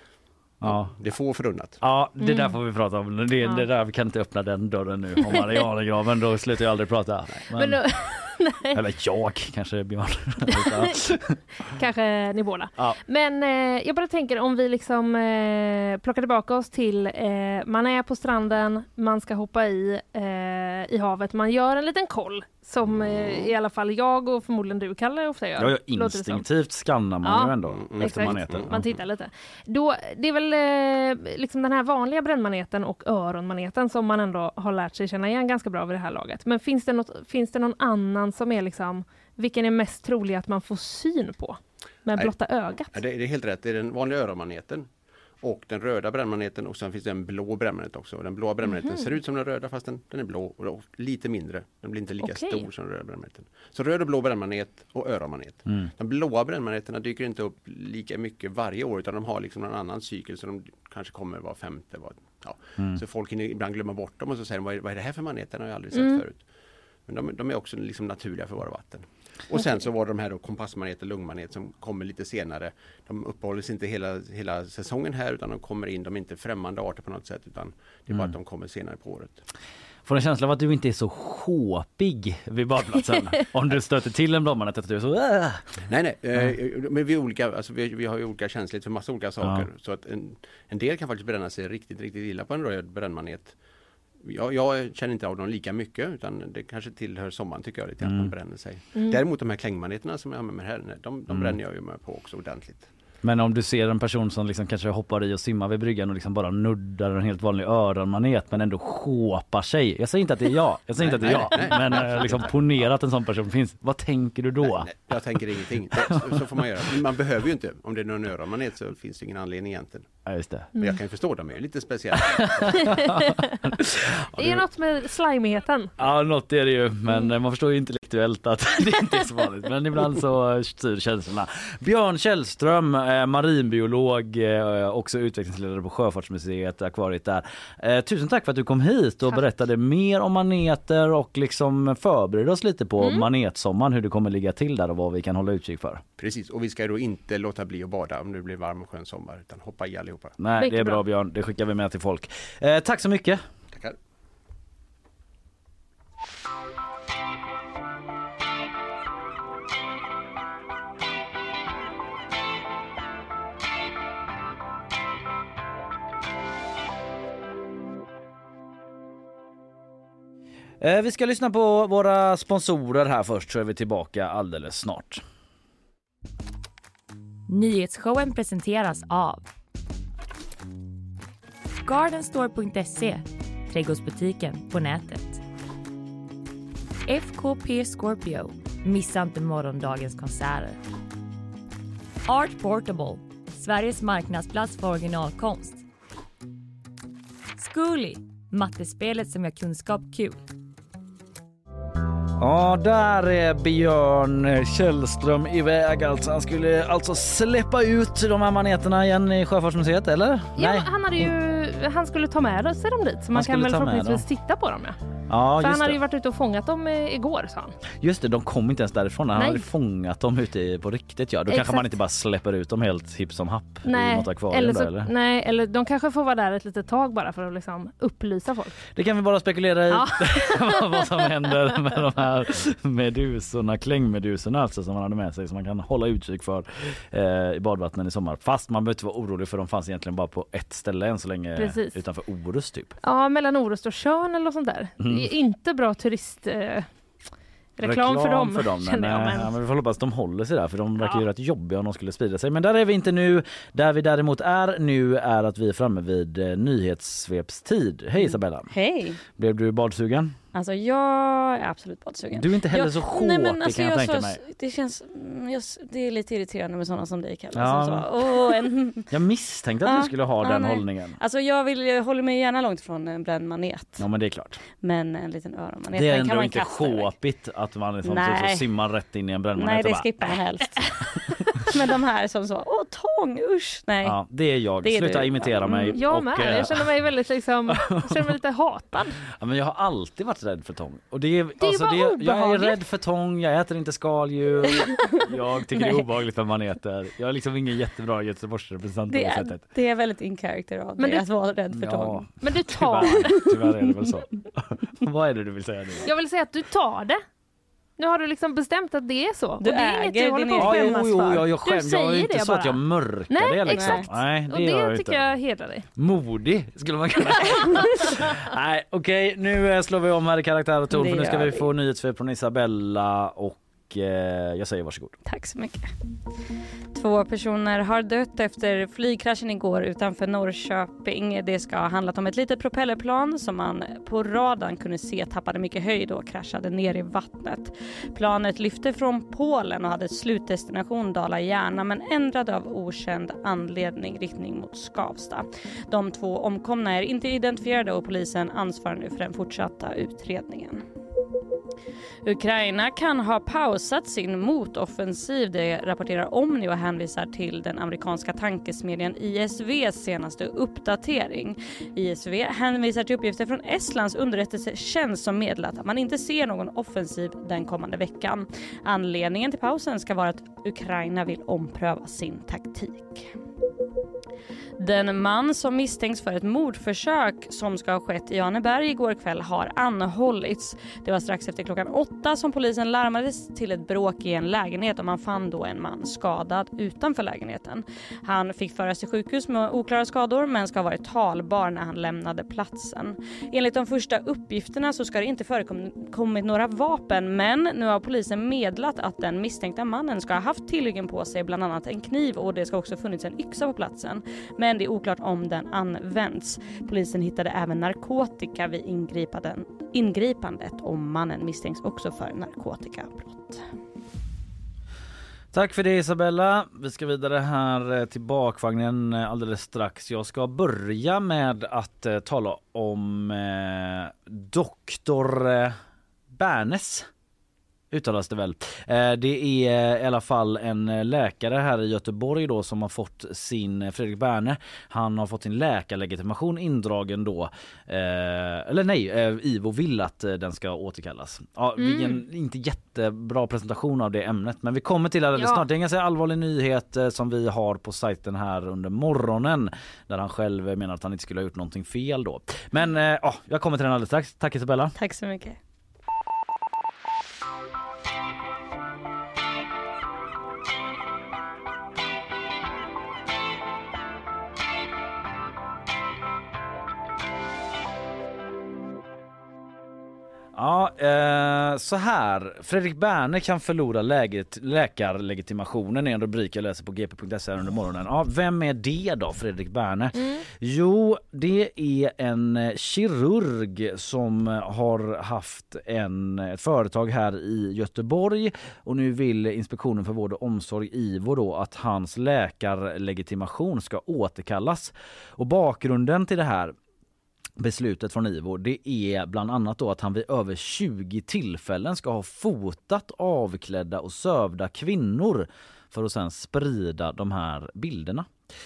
Ja. Det får förunnat. Ja, det mm. där får vi prata om. Det, ja. det där, vi kan inte öppna den dörren nu. Om Marianergraven, då slutar jag aldrig prata. Men, men, då, Eller jag kanske, Björn. Kanske ni båda. Ja. Men eh, jag bara tänker om vi liksom eh, plockar tillbaka oss till eh, man är på stranden, man ska hoppa i eh, i havet, man gör en liten koll som eh, i alla fall jag och förmodligen du, Kalle, ofta gör. Ja, instinktivt skannar man ja, ju ändå mm, efter exakt. maneten. Man tittar lite. Då, det är väl eh, liksom den här vanliga brännmaneten och öronmaneten som man ändå har lärt sig känna igen ganska bra vid det här laget. Men finns det, något, finns det någon annan som är liksom, vilken är mest trolig att man får syn på med blotta ögat? Ja, det, det är helt rätt. Det är den vanliga öronmaneten och den röda brännmaneten, och sen finns det en blå brännmanet också. Den blåa brännmaneten mm-hmm. ser ut som den röda fast den, den är blå och lite mindre. Den blir inte lika okay. stor som den röda brännmaneten. Så röd och blå brännmanet och öronmanet. Mm. De blåa brännmaneterna dyker inte upp lika mycket varje år, utan de har liksom en annan cykel, så de kanske kommer var femte. Var, ja. mm. Så folk hinner ibland glömma bort dem och så säger de, vad är, vad är det här för manet? Den har jag aldrig sett mm. förut. Men de, de är också liksom naturliga för våra vatten. Och sen så var de här då kompassmanet och lungmanet som kommer lite senare. De uppehåller sig inte hela, hela säsongen här, utan de kommer in, de är inte främmande arter på något sätt, utan det är mm. bara att de kommer senare på året. Får en känsla av att du inte är så sjåpig vid badplatsen om du stöter till en blommanet att du är så äh. Nej nej, mm. eh, men vi är olika, alltså vi, vi har ju olika känslighet för massa olika saker, ja. Så att en, en del kan faktiskt bränna sig riktigt riktigt illa på en röd brännmanet. Jag, jag känner inte av dem lika mycket, utan det kanske tillhör sommaren tycker jag lite att mm. man bränner sig. Mm. Däremot de här klängmaneterna som jag använder här, de, de mm. bränner jag ju med på också ordentligt. Men om du ser en person som liksom kanske hoppar i och simmar vid bryggan och liksom bara nuddar en helt vanlig öronmanet men ändå sjåpar sig. Jag säger inte att det är jag, jag säger nej, inte att det är nej, jag, nej. men liksom ponera att en sån person finns. Vad tänker du då? Nej, nej, jag tänker ingenting. Det, så får man göra. Men man behöver ju inte. Om det är någon öronmanet så finns det ingen anledning egentligen. Ja, just det. Men jag kan ju förstå dem, är lite speciellt. Det är något med slimigheten. Ja, något är det ju. Men mm. man förstår ju intellektuellt att det inte är så vanligt. Men ibland så styr känslorna. Björn Källström, eh, marinbiolog, eh, också utvecklingsledare på Sjöfartsmuseet, akvariet där. Eh, tusen tack för att du kom hit och tack. berättade mer om maneter och liksom förberedde oss lite på mm. manetsommaren, hur det kommer ligga till där och vad vi kan hålla utkik för. Precis, och vi ska då inte låta bli att bada om det blir varm och skön sommar, utan hoppa i allihopa. Nej, det är bra Björn, det skickar vi med till folk. Eh, tack så mycket. Tackar. Eh, vi ska lyssna på våra sponsorer här först, så är vi tillbaka alldeles snart. Nyhetsshowen presenteras av gardenstore punkt se, trädgårdsbutiken på nätet. F K P Scorpio, missa inte morgondagens konserter. Art Portable, Sveriges marknadsplats för originalkonst. Zcooly, mattespelet som gör kunskap kul. Ja, där är Björn Källström iväg alltså. Han skulle alltså släppa ut de här maneterna igen i Sjöfartsmuseet, eller? Ja, Nej. han hade ju han skulle ta med sig dem dit, så man kan väl förhoppningsvis titta på dem, ja. Ja, för han hade det. ju varit ute och fångat dem igår, sa han. Just det, de kom inte ens därifrån. Han Nej. hade fångat dem ute i, på riktigt. Ja. Då Exakt. kanske man inte bara släpper ut dem helt hipp som happ nej. i något akvarium eller, så, där, eller? Nej, eller de kanske får vara där ett litet tag bara för att liksom upplysa folk. Det kan vi bara spekulera i. Ja. Vad som händer med de här medusorna, klängmedusorna alltså, som man hade med sig, som man kan hålla utkik för eh, i badvattnen i sommar. Fast man behöver inte vara orolig, för de fanns egentligen bara på ett ställe än så länge. Precis. Utanför Orust typ. Ja, mellan Orust och Tjörn eller sånt där. Mm. Det är inte bra turist... Eh, reklam, reklam för dem, för dem men, jag, men... Ja, men vi får hoppas att de håller sig där, för de verkar ja. ju rätt jobbiga om de skulle sprida sig. Men där är vi inte nu. Där vi däremot är nu är att vi är framme vid eh, nyhetssvepstid. Hej Isabella. Hej. Blev du badsugen? Alltså jag är absolut badsugen. Du är inte heller jag, så sjåpig alltså, kan jag, jag tänka så, mig. Det känns, jag, det är lite irriterande med sådana som dig, Kalle. Ja. Som så, oh, en... Jag misstänkte att ja, du skulle ha ja, den nej. hållningen. Alltså jag vill jag håller mig gärna långt från en bränd manet. Ja, men det är klart. Men en liten öronmanet. Det är den ändå kan man inte sjåpigt att man liksom så, så simmar rätt in i en brännmanet. Nej, det bara... skippar jag helst. Men de här som så, åh tång, usch, nej. Ja, det är jag. Det är Sluta du. imitera mig. Mm, jag och, med. Jag känner mig väldigt liksom, jag känner mig lite hatad. Ja, men jag har alltid varit rädd för tång. Och det är, det är alltså, bara det, jag är rädd för tång, jag äter inte skaldjur. Jag tycker det är obehagligt med maneter. Jag är liksom ingen jättebra Göteborgsrepresentant på det sättet. Det är väldigt in character av men det, du, att vara rädd för ja, tång. Men du tar tyvärr, tyvärr är det väl så. Vad är det du vill säga nu? Jag vill säga att du tar det. Nu har du liksom bestämt att det är så. Du och det är inget äger du håller din på att egen- skämmas jo, jo, för. jag, jag skäm, du jag är säger inte det så bara. att jag mörkar Nej, det liksom. exakt. Nej, det och gör jag det inte. tycker jag hedrar dig. Modig skulle man kunna säga. Nej, okej, nu eh, slår vi om här i karaktär och ton Det för nu ska gör vi vi. få nyhetsfeber från Isabella och eh, jag säger varsågod. Tack så mycket. Två personer har dött efter flygkraschen igår utanför Norrköping. Det ska ha handlat om ett litet propellerplan som man på radarn kunde se tappade mycket höjd och kraschade ner i vattnet. Planet lyfte från Polen och hade slutdestination Dala-Järna men ändrade av okänd anledning riktning mot Skavsta. De två omkomna är inte identifierade och polisen ansvarar nu för den fortsatta utredningen. Ukraina kan ha pausat sin motoffensiv, det rapporterar Omni och hänvisar till den amerikanska tankesmedjan I S V:s senaste uppdatering. I S V hänvisar till uppgifter från Estlands underrättelsetjänst som meddelat att man inte ser någon offensiv den kommande veckan. Anledningen till pausen ska vara att Ukraina vill ompröva sin taktik. Den man som misstänks för ett mordförsök som ska ha skett i Anneberg igår kväll har anhållits. Det var strax efter klockan åtta som polisen larmades till ett bråk i en lägenhet och man fann då en man skadad utanför lägenheten. Han fick föras till sjukhus med oklara skador men ska ha varit talbar när han lämnade platsen. Enligt de första uppgifterna så ska det inte förekommit några vapen men nu har polisen meddelat att den misstänkta mannen ska ha haft tillhyggen på sig, bland annat en kniv, och det ska också funnits en yxa på platsen. Men det är oklart om den används. Polisen hittade även narkotika vid ingripandet och mannen misstänks också för narkotikabrott. Tack för det Isabella. Vi ska vidare här till bakvagnen alldeles strax. Jag ska börja med att eh, tala om eh, doktor eh, Bernes. Uttalas det väl. Det är i alla fall en läkare här i Göteborg då som har fått sin, Fredrik Berne, han har fått sin läkarlegitimation indragen då. Eller nej, IVO vill att den ska återkallas. Ja, mm. vilken inte jättebra presentation av det ämnet, men vi kommer till det alldeles ja. snart. Det är en ganska allvarlig nyhet som vi har på sajten här under morgonen där han själv menar att han inte skulle ha gjort någonting fel då. Men ja, jag kommer till den alldeles strax. Tack Isabella. Tack så mycket. Ja, eh, så här. Fredrik Berne kan förlora läget, läkarlegitimationen är en rubrik jag läser på g p punkt se under morgonen. Ja, vem är det då, Fredrik Berne? Mm. Jo, det är en kirurg som har haft en, ett företag här i Göteborg och nu vill Inspektionen för vård och omsorg IVO då att hans läkarlegitimation ska återkallas. Och bakgrunden till det här beslutet från IVO, det är bland annat då att han vid över tjugo tillfällen ska ha fotat avklädda och sövda kvinnor för att sedan sprida de här bilderna.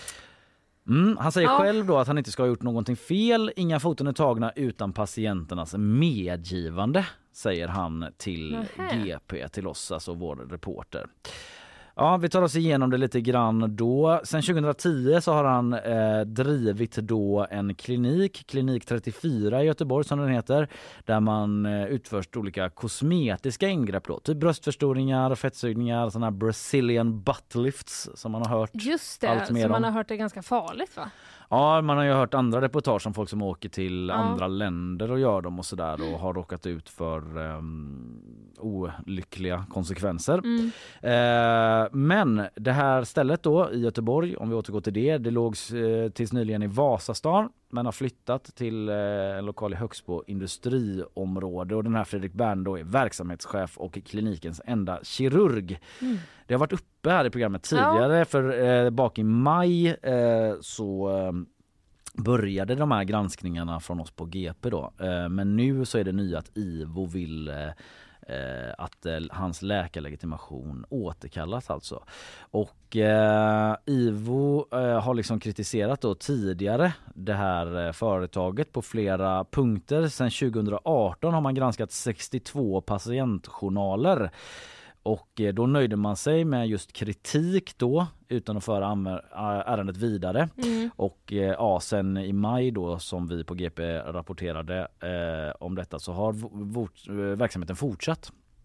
Mm, han säger ja. själv då att han inte ska ha gjort någonting fel. Inga foton är tagna utan patienternas medgivande, säger han till Nähe. G P, till oss, alltså vår reporter. Ja, vi tar oss igenom det lite grann då. Sen tjugohundratio så har han eh, drivit då en klinik, klinik trettiofyra i Göteborg som den heter, där man eh, utför olika kosmetiska ingrepp då, typ bröstförstoringar, fettsugningar, sådana här Brazilian butt lifts som man har hört. Just det, allt mer som man om. har hört är ganska farligt va? Ja, man har ju hört andra reportage om folk som åker till ja. andra länder och gör dem och sådär och har råkat ut för um, olyckliga konsekvenser. Mm. Eh, men det här stället då i Göteborg, om vi återgår till det, det låg eh, tills nyligen i Vasastan men har flyttat till eh, en lokal i Högsbo industriområde och den här Fredrik Berne då är verksamhetschef och klinikens enda kirurg. Mm. Det har varit uppe här i programmet tidigare ja. för eh, bak i maj eh, så eh, började de här granskningarna från oss på G P då. Eh, men nu så är det nya att IVO vill eh, Eh, att eh, hans läkarlegitimation återkallas alltså. Och eh, IVO eh, har liksom kritiserat då tidigare det här eh, företaget på flera punkter. Sen tjugohundraarton har man granskat sextiotvå patientjournaler. Och då nöjde man sig med just kritik då utan att föra ärendet vidare. Mm. Och ja, sen i maj då som vi på G P rapporterade eh, om detta så har v- v- verksamheten fortsatt.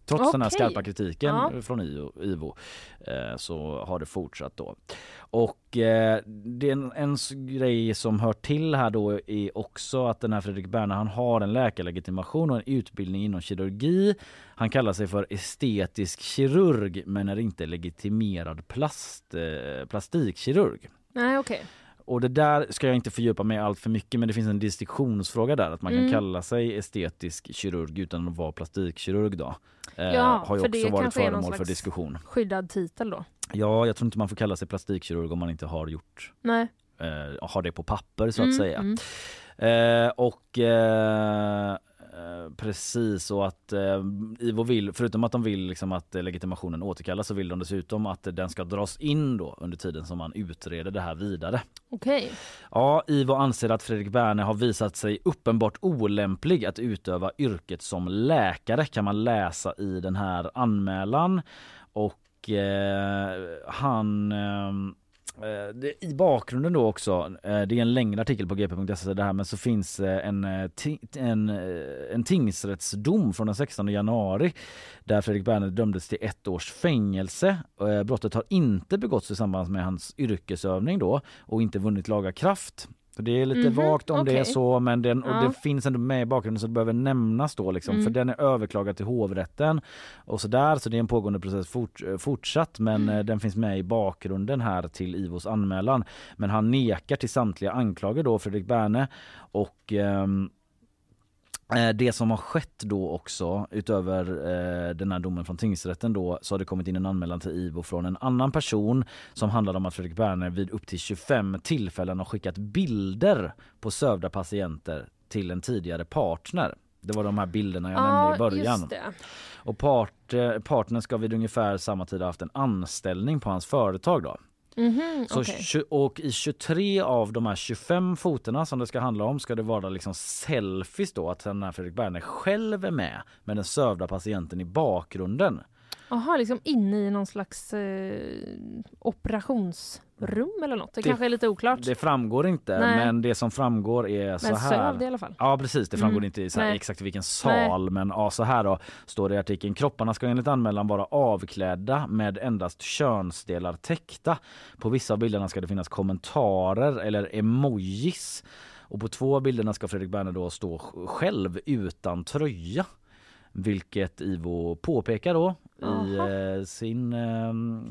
Trots Okej. den här skarpa kritiken Ja. från Ivo eh, så har det fortsatt då. Och eh, det är en, en s- grej som hör till här då är också att den här Fredrik Berne, han har en läkarlegitimation och en utbildning inom kirurgi. Han kallar sig för estetisk kirurg men är inte legitimerad plast, eh, plastikkirurg. Nej, okej. Och det där ska jag inte fördjupa mig allt för mycket, men det finns en distinktionsfråga där, att man Mm. kan kalla sig estetisk kirurg utan att vara plastikkirurg då. Eh, Ja, har ju för också det varit kanske är någon föremål för slags- diskussion. Skyddad titel då? Ja, jag tror inte man får kalla sig plastikkirurg om man inte har gjort Nej. eh, har det på papper så att Mm, säga. mm. Eh, och eh, eh, precis så att eh, Ivo vill, förutom att de vill liksom att eh, legitimationen återkallas, så vill de dessutom att eh, den ska dras in då under tiden som man utreder det här vidare. Okej. Ja, Ivo anser att Fredrik Berne har visat sig uppenbart olämplig att utöva yrket som läkare, kan man läsa i den här anmälan. Och eh, han... Eh, eh, det, i bakgrunden då också, eh, det är en längre artikel på g p punkt se det här, men så finns eh, en, eh, ti, en, eh, en tingsrättsdom från den sextonde januari där Fredrik Berne dömdes till ett års fängelse. Eh, brottet har inte begåtts i samband med hans yrkesövning då och inte vunnit laga kraft. Så det är lite Mhm, vagt om det är okej. så, men den, och Ja. det finns ändå med i bakgrunden så det behöver nämnas då liksom, Mm. för den är överklagad till hovrätten och så där, så det är en pågående process fort, fortsatt, men Mm. eh, den finns med i bakgrunden här till Ivos anmälan. Men han nekar till samtliga anklager då, Fredrik Berne, och ehm, Eh, det som har skett då också utöver eh, den här domen från tingsrätten då, så har det kommit in en anmälan till Ivo från en annan person som handlar om att Fredrik Berne vid upp till tjugofem tillfällen har skickat bilder på sövda patienter till en tidigare partner. Det var de här bilderna jag nämnde i början. Just det. Och part, eh, partnern ska vid ungefär samma tid ha haft en anställning på hans företag då. Mhm, Så, okej. tju- och i tjugotre av de här tjugofem fotorna som det ska handla om ska det vara liksom selfies då, att den här Fredrik Berne själv är med med den sövda patienten i bakgrunden. Jaha, liksom inne i någon slags eh, operationsrum eller något. Det, Det- kanske är lite oklart. Det framgår inte, Nej. men det som framgår är så Men här. sövd i alla fall. Ja precis, det framgår Mm. inte i så här Nej. exakt vilken sal, men ja, så här då står det i artikeln. Kropparna ska enligt anmälan vara avklädda med endast könsdelar täckta. På vissa av bilderna ska det finnas kommentarer eller emojis. Och på två av bilderna ska Fredrik Berne då stå själv utan tröja. Vilket Ivo påpekar då i eh, sin eh,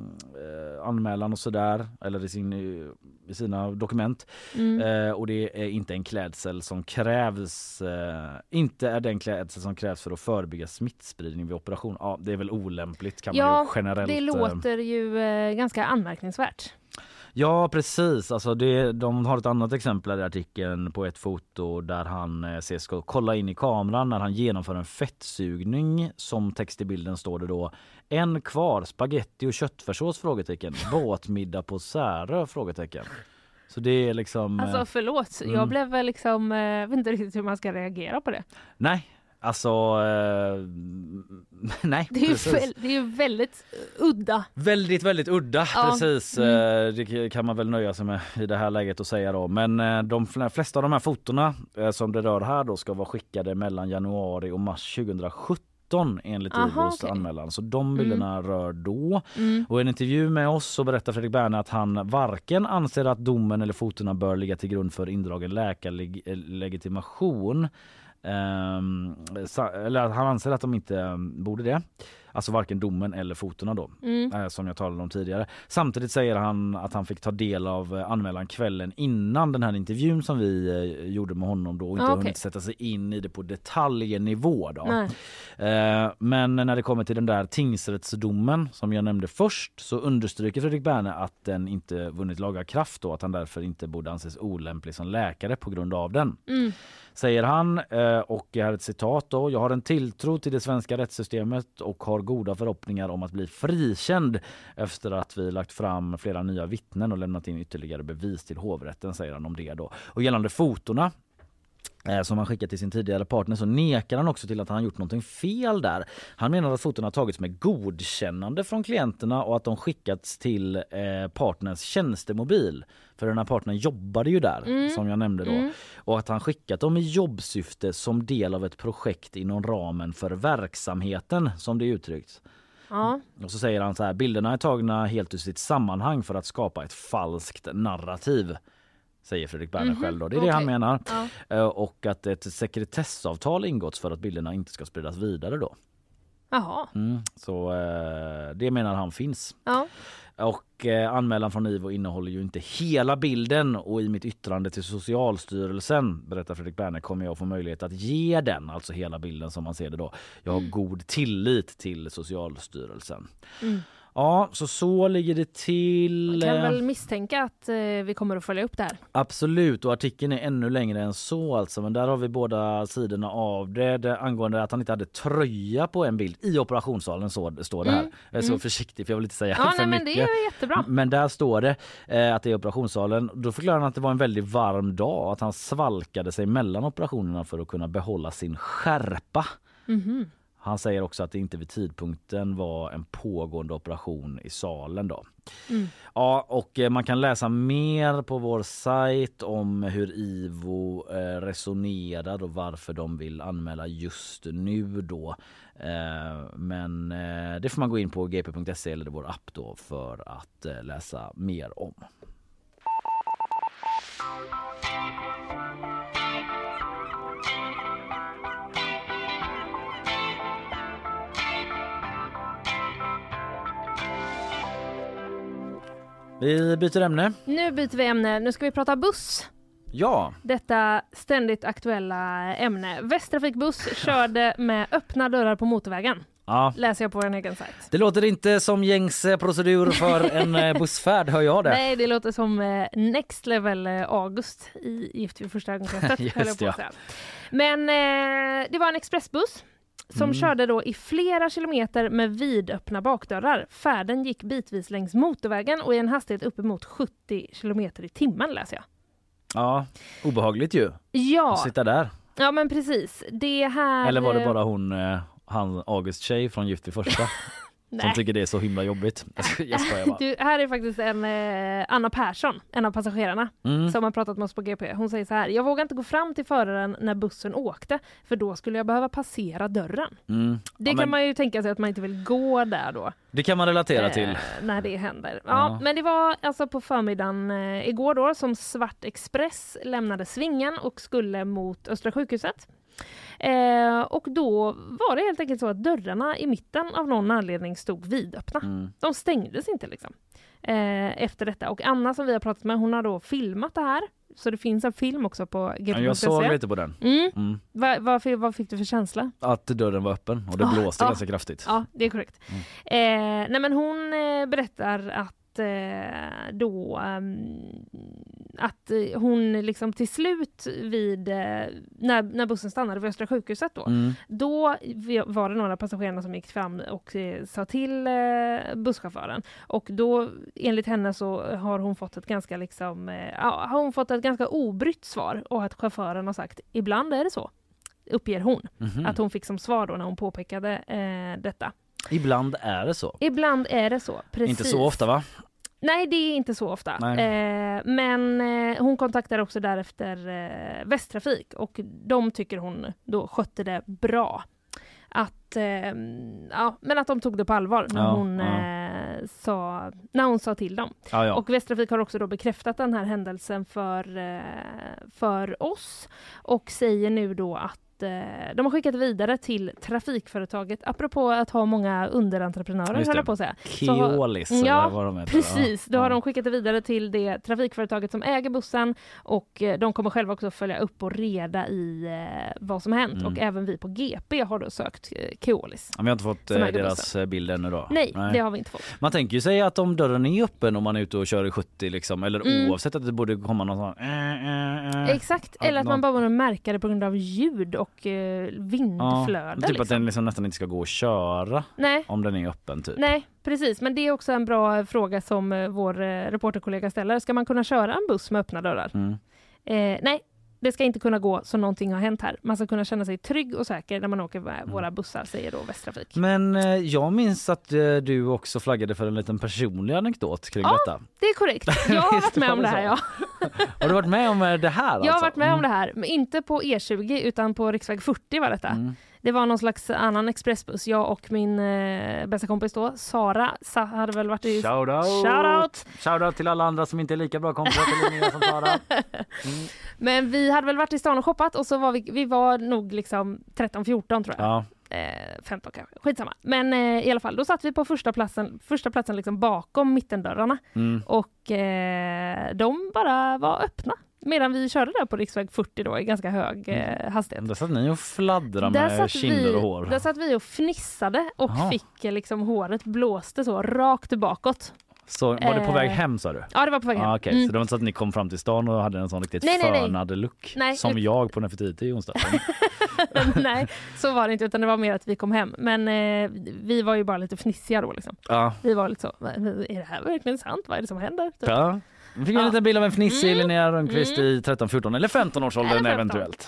anmälan och sådär, eller i, sin, i sina dokument. Mm. Eh, och det är inte en klädsel som krävs, eh, inte är den klädsel som krävs för att förebygga smittspridning vid operation. Ja, det är väl olämpligt kan man Ja, ju generellt. det eh, låter ju eh, ganska anmärkningsvärt. Ja, precis. Alltså det, de har ett annat exempel i artikeln på ett foto där han eh, ses ska kolla in i kameran när han genomför en fettsugning. Som text i bilden står det då: en kvar, spaghetti och köttfärssås? Frågetecken. Båtmiddag på Särö? Frågetecken. Så det är liksom... eh, Alltså förlåt, mm. jag blev väl liksom, eh, jag vet inte riktigt hur man ska reagera på det. Nej, alltså... Eh, nej, Det är ju, precis. väl, det är ju väldigt eh, udda. Väldigt, väldigt udda, Ja. precis. Mm. Eh, Det kan man väl nöja sig med i det här läget att säga då. Men eh, de fl- flesta av de här fotorna eh, som det rör här då ska vara skickade mellan januari och mars tjugosjutton enligt Aha, Ivos okej. anmälan. Så de bilderna rör då. Mm. Och i en intervju med oss så berättar Fredrik Berne att han varken anser att domen eller fotorna bör ligga till grund för indragen läkarlegitimation. Um, eller att han anser att de inte um, borde det. Alltså varken domen eller fotorna då, Mm. eh, som jag talade om tidigare. Samtidigt säger han att han fick ta del av eh, anmälan kvällen innan den här intervjun som vi eh, gjorde med honom då och inte Ah, okej. hunnit sätta sig in i det på detaljnivå då. Nej. Eh, men när det kommer till den där tingsrättsdomen som jag nämnde först så understryker Fredrik Berne att den inte vunnit laga kraft och att han därför inte borde anses olämplig som läkare på grund av den. Mm. Säger han, eh, och jag har ett citat då: jag har en tilltro till det svenska rättssystemet och har goda förhoppningar om att bli frikänd efter att vi lagt fram flera nya vittnen och lämnat in ytterligare bevis till hovrätten, säger han om det då. Och gällande fotorna som han skickat till sin tidigare partner, så nekar han också till att han gjort någonting fel där. Han menar att foton har tagits med godkännande från klienterna och att de skickats till eh, partners tjänstemobil. För den här partnern jobbade ju där, mm. som jag nämnde då. Mm. Och att han skickat dem i jobbsyfte som del av ett projekt inom ramen för verksamheten, som det är uttryckt. Ja. Och så säger han så här: bilderna är tagna helt ur sitt sammanhang för att skapa ett falskt narrativ, säger Fredrik Berner mm-hmm. själv då. Det är okay. det han menar. Ja. Och att ett sekretessavtal ingåtts för att bilderna inte ska spridas vidare då. Jaha. Mm, så det menar han finns. Ja. Och eh, anmälan från IVO innehåller ju inte hela bilden, och i mitt yttrande till Socialstyrelsen, berättar Fredrik Berner, kommer jag få möjlighet att ge den, alltså hela bilden som man ser det då. Jag har mm. god tillit till Socialstyrelsen. Mm. Ja, så så ligger det till. Man kan väl misstänka att eh, vi kommer att följa upp det här. Absolut, och artikeln är ännu längre än så alltså. Men där har vi båda sidorna av det. det angående att han inte hade tröja på en bild i operationssalen, så står det här. Mm. Jag är så mm. försiktig för jag vill inte säga ja, för nej, mycket. Men det är jättebra. Men där står det eh, att det är operationssalen. Då förklarar han att det var en väldigt varm dag och att han svalkade sig mellan operationerna för att kunna behålla sin skärpa. Mhm. Han säger också att det inte vid tidpunkten var en pågående operation i salen då. Mm. Ja, och man kan läsa mer på vår sajt om hur IVO eh, resonerar och varför de vill anmäla just nu då. Eh, men eh, det får man gå in på g p punkt se eller vår app då för att eh, läsa mer om. Vi byter ämne. Nu byter vi ämne. Nu ska vi prata buss. Ja. Detta ständigt aktuella ämne. Västtrafikbuss körde med öppna dörrar på motorvägen. Ja. Läser jag på en egen sajt. Det låter inte som gängs procedur för en bussfärd, hör jag det. Nej, det låter som next level August i Gift vid första ögonkastet. Just ja. Men eh, det var en expressbuss som mm. körde då i flera kilometer med vidöppna bakdörrar. Färden gick bitvis längs motorvägen och i en hastighet uppemot sjuttio kilometer i timmen, läser jag. Ja, obehagligt ju. Ja. Att sitta där. Ja, men precis. Det här... Eller var det bara hon, han August tjej från Gift vid första? Som tycker det är så himla jobbigt. Jag skojar bara. Du, här är faktiskt en eh, Anna Persson, en av passagerarna, mm. som har pratat med oss på G P. Hon säger så här: jag vågar inte gå fram till föraren när bussen åkte, för då skulle jag behöva passera dörren. Mm. Det ja, kan men... man ju tänka sig att man inte vill gå där då. Det kan man relatera eh, till. När det händer. Ja, ja. Men det var alltså på förmiddagen eh, igår då som Svart Express lämnade svingen och skulle mot Östra sjukhuset. Eh, och då var det helt enkelt så att dörrarna i mitten av någon anledning stod vidöppna. Mm. De stängdes inte liksom eh, efter detta. Och Anna som vi har pratat med, hon har då filmat det här. Så det finns en film också på G P punkt se. Ja, jag såg lite på den. Mm. Mm. Va, va, vad fick du för känsla? Att dörren var öppen och det blåste ah, ganska ah, kraftigt. Ja, det är korrekt. Mm. Eh, nej men hon eh, berättar att då um, att hon liksom till slut vid när, när bussen stannade vid Östra sjukhuset då, mm. då var det några passagerarna som gick fram och sa till eh, busschauffören, och då enligt henne så har hon fått ett ganska liksom eh, ja, har hon fått ett ganska obrytt svar, och att chauffören har sagt ibland är det så, uppger hon, mm-hmm. att hon fick som svar då när hon påpekade eh, detta. Ibland är det så. Ibland är det så, precis. Inte så ofta, va? Nej, det är inte så ofta. Eh, men eh, hon kontaktar också därefter eh, Västtrafik, och de tycker hon då skötte det bra. Att, eh, ja, men att de tog det på allvar när, ja, hon, ja. Eh, sa, när hon sa till dem. Ja, ja. Och Västtrafik har också då bekräftat den här händelsen för, eh, för oss, och säger nu då att de har skickat vidare till trafikföretaget, apropå att ha många underentreprenörer, höll jag på att säga. Keolis, så, ja, vad de heter. precis. Då ja. har de skickat det vidare till det trafikföretaget som äger bussen, och de kommer själva också följa upp och reda i eh, vad som hänt. Mm. Och även vi på G P har då sökt eh, Keolis. Ja, vi har inte fått eh, deras bussen. Bild ännu då. Nej, Nej, det har vi inte fått. Man tänker ju sig att om dörren är öppen om man är ute och kör i sjuttio liksom, eller mm. oavsett att det borde komma någon sån äh, äh, äh. Exakt, eller att man bara borde märka det på grund av ljud och eh, vindflöde. Ja, typ liksom. Att den liksom nästan inte ska gå och köra. Nej. Om den är öppen typ. Nej, precis. Men det är också en bra fråga som vår reporterkollega ställer. Ska man kunna köra en buss med öppna dörrar? Mm. Eh, nej, Det ska inte kunna gå så någonting har hänt här. Man ska kunna känna sig trygg och säker när man åker med våra bussar, säger då Västtrafik. Men eh, jag minns att eh, du också flaggade för en liten personlig anekdot kring ja, detta. Det är korrekt. Jag har varit med om det här, ja. Har du varit med om det här alltså? Jag har varit med om det här, men inte på E tjugo utan på riksväg fyrtio var detta. Mm. Det var någon slags annan expressbuss. Jag och min eh, bästa kompis då, Sara, sa, hade väl varit i... Shoutout! Shoutout! Shoutout till alla andra som inte är lika bra kompisar till Linnea som Sara. Mm. Men vi hade väl varit i stan och shoppat och så var vi, vi var nog liksom tretton fjorton tror jag. Ja. Eh, femton kanske, skitsamma. Men eh, i alla fall, då satt vi på första platsen, första platsen liksom bakom mittendörrarna. Mm. Och eh, de bara var öppna. Medan vi körde där på riksväg fyrtio då i ganska hög eh, hastighet. Där satt ni och fladdrade med kinder vi, och hår. Där satt vi och fnissade och Aha. fick eh, liksom håret blåste så rakt bakåt. Så var det på väg hem sa du? Ja, det var på väg hem. Ah, okay. mm. Så det var inte så att ni kom fram till stan och hade en sån riktigt nej, förnad nej, look nej. Som jag på Nefertiti i onsdagen. Nej, så var det inte utan det var mer att vi kom hem. Men eh, vi var ju bara lite fnissiga då liksom. Ja. Vi var lite så, är det här verkligen sant? Vad är det som händer? Typ. Ja. Vi fick en ja. liten bild av en fnissig mm. Linnea Rönnqvist mm. i tretton fjorton eller femton års åldern eventuellt.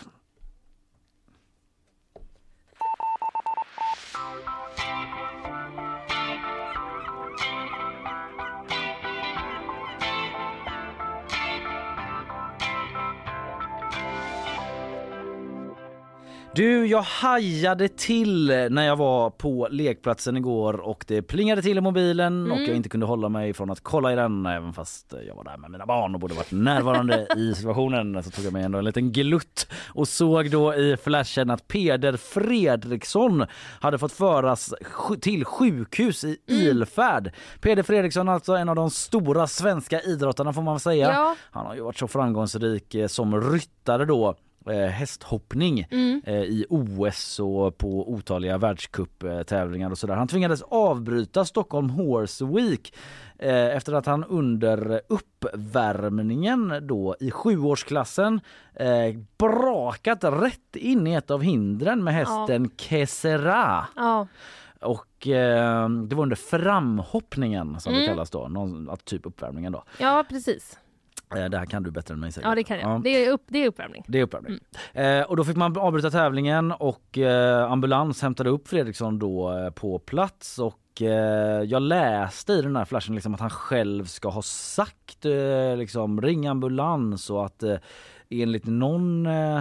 Du, jag hajade till när jag var på lekplatsen igår och det plingade till i mobilen mm. och jag inte kunde hålla mig från att kolla i den även fast jag var där med mina barn och borde varit närvarande i situationen. Så tog jag mig ändå en liten glutt och såg då i flashen att Peder Fredriksson hade fått föras till sjukhus i mm. ilfärd. Peder Fredriksson, alltså en av de stora svenska idrottarna får man väl säga. Ja. Han har ju varit så framgångsrik som ryttare då. Eh, hästhoppning mm. eh, i O S och på otaliga världscuptävlingar och sådär. Han tvingades avbryta Stockholm Horse Week eh, efter att han under uppvärmningen då i sjuårsklassen eh, brakat rätt in i ett av hindren med hästen ja. Kesera. Ja. Och eh, det var under framhoppningen som mm. det kallas då, någon typ uppvärmningen då. Ja, precis. Det här kan du bättre än mig säkert. Ja, det kan jag. Ja. Det, är upp, det är uppvärmning. Det är uppvärmning. Mm. Eh, och då fick man avbryta tävlingen och eh, ambulans hämtade upp Fredriksson då eh, på plats och eh, jag läste i den här flashen liksom att han själv ska ha sagt eh, liksom ring ambulans och att eh, enligt någon eh,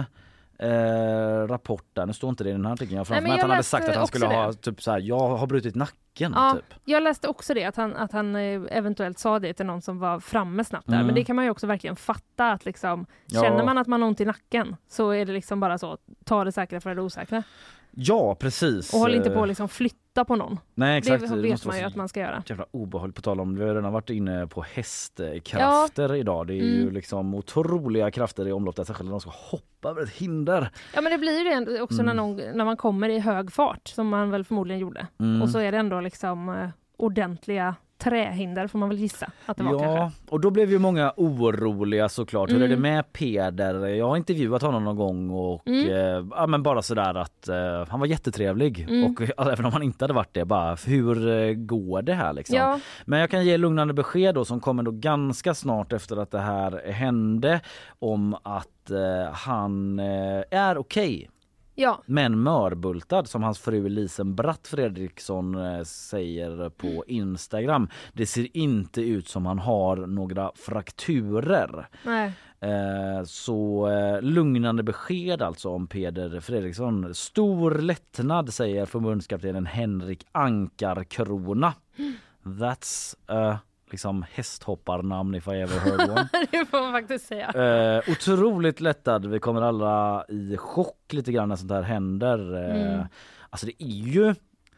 Eh, rapport där, nu står inte det i den här artikeln jag framför mig, att han hade sagt att han skulle ha typ så här, jag har brutit nacken ja, typ. Jag läste också det, att han, att han eventuellt sa det till någon som var framme snabbt där, mm. men det kan man ju också verkligen fatta att liksom, ja. Känner man att man har ont i nacken så är det liksom bara så, ta det säkra för det osäkra. Ja, precis. Och håll inte på att liksom flytta på någon. Nej, exakt. Det vet man ju att man ska göra. Jävla obehagligt på tal om, vi har redan varit inne på hästkrafter ja. Idag. Det är mm. ju liksom otroliga krafter i omlopp där, särskilt när de ska hoppa över ett hinder. Ja, men det blir ju det också mm. när, någon, när man kommer i hög fart, som man väl förmodligen gjorde. Mm. Och så är det ändå liksom uh, ordentliga trähinder får man väl gissa att det var ja, kanske. Och då blev ju många oroliga såklart. Mm. Hur är det med Peder? Jag har intervjuat honom någon gång och mm. eh, ja, men bara sådär att eh, han var jättetrevlig mm. och alltså, även om han inte hade varit det, bara hur eh, går det här liksom? Ja. Men jag kan ge lugnande besked då som kommer då ganska snart efter att det här hände om att eh, han eh, är okej. Okay. Ja. Men mörbultad som hans fru Lisen Bratt Fredriksson eh, säger på Instagram. Det ser inte ut som han har några frakturer. Nej. Eh, så eh, lugnande besked alltså om Peder Fredriksson. Stor lättnad säger förbundskaptenen Henrik Ankarkrona. Mm. That's uh, liksom hästhopparnamn if I ever heard one. Det får man faktiskt säga. Eh, otroligt lättad. Vi kommer alla i chock lite grann när sånt här händer. Eh, mm. Alltså det är ju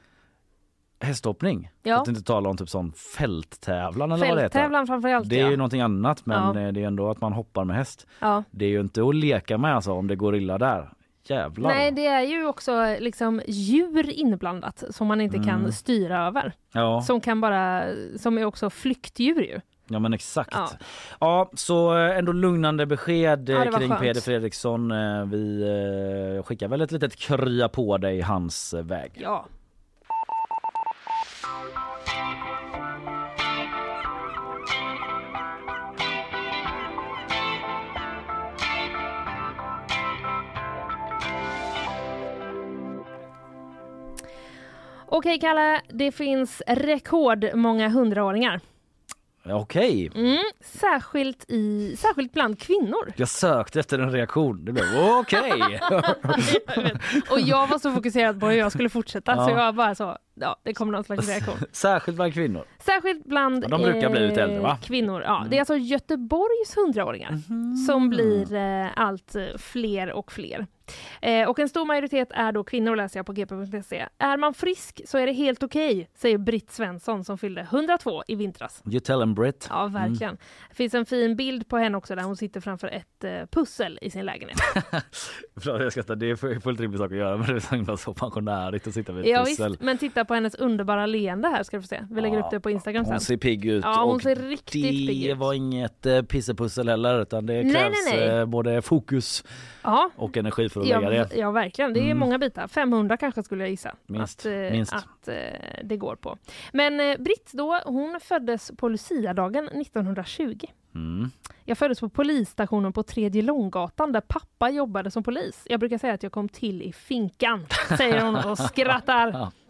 hästhoppning. Ja. Att inte tala om typ sån fälttävlan eller vad det heter. Fälttävlan framförallt. Det är ja. ju någonting annat men ja. det är ändå att man hoppar med häst. Ja. Det är ju inte att leka med alltså om det går illa där. Jävlar. Nej, det är ju också liksom djur inblandat som man inte mm. kan styra över. Ja. Som kan bara, som är också flyktdjur ju. Ja men exakt. Ja, ja så ändå lugnande besked ja, kring skönt. Peder Fredriksson. Vi skickar väl ett litet krya på dig hans väg. Ja. Okej Kalle, det finns rekordmånga hundraåringar. Okej. Mm, särskilt, i, särskilt bland kvinnor. Jag sökte efter en reaktion. Det blev okej. Och jag var så fokuserad på hur jag skulle fortsätta. Ja. Så jag bara så, ja, det kommer någon slags reaktion. Särskilt bland kvinnor. Särskilt bland ja, de brukar bli lite äldre, va? Kvinnor. Ja. Mm. Det är alltså Göteborgs hundraåringar mm. som blir eh, allt fler och fler. Eh, och en stor majoritet är då kvinnor, läser jag på g p punkt se. Är man frisk så är det helt okej, okay, säger Britt Svensson som fyllde hundratvå i vintras. You tell him, Britt. Ja, verkligen. Mm. Det finns en fin bild på henne också där hon sitter framför ett eh, pussel i sin lägenhet. jag ska ta, det är fullt rimligt sak att göra, men det är så pensionärigt att sitta vid ett ja, pussel. Visst, men titta på hennes underbara leende här ska du få se. Vi lägger ja, upp det på Instagram sen. Hon ser pigg ut. Ja, hon och ser riktigt pigg ut. Det var inget eh, pissepussel heller, utan det krävs nej, nej, nej. Eh, både fokus ja. och energi för att ja, lägga det. Ja, verkligen. Det är mm. många bitar. femhundra kanske skulle jag gissa. Minst. Att, eh, Minst. att eh, det går på. Men eh, Britt då, hon föddes på Lucia-dagen nittonhundratjugo. Mm. Jag föddes på polisstationen på Tredje Långgatan där pappa jobbade som polis. Jag brukar säga att jag kom till i finkan, säger hon och skrattar.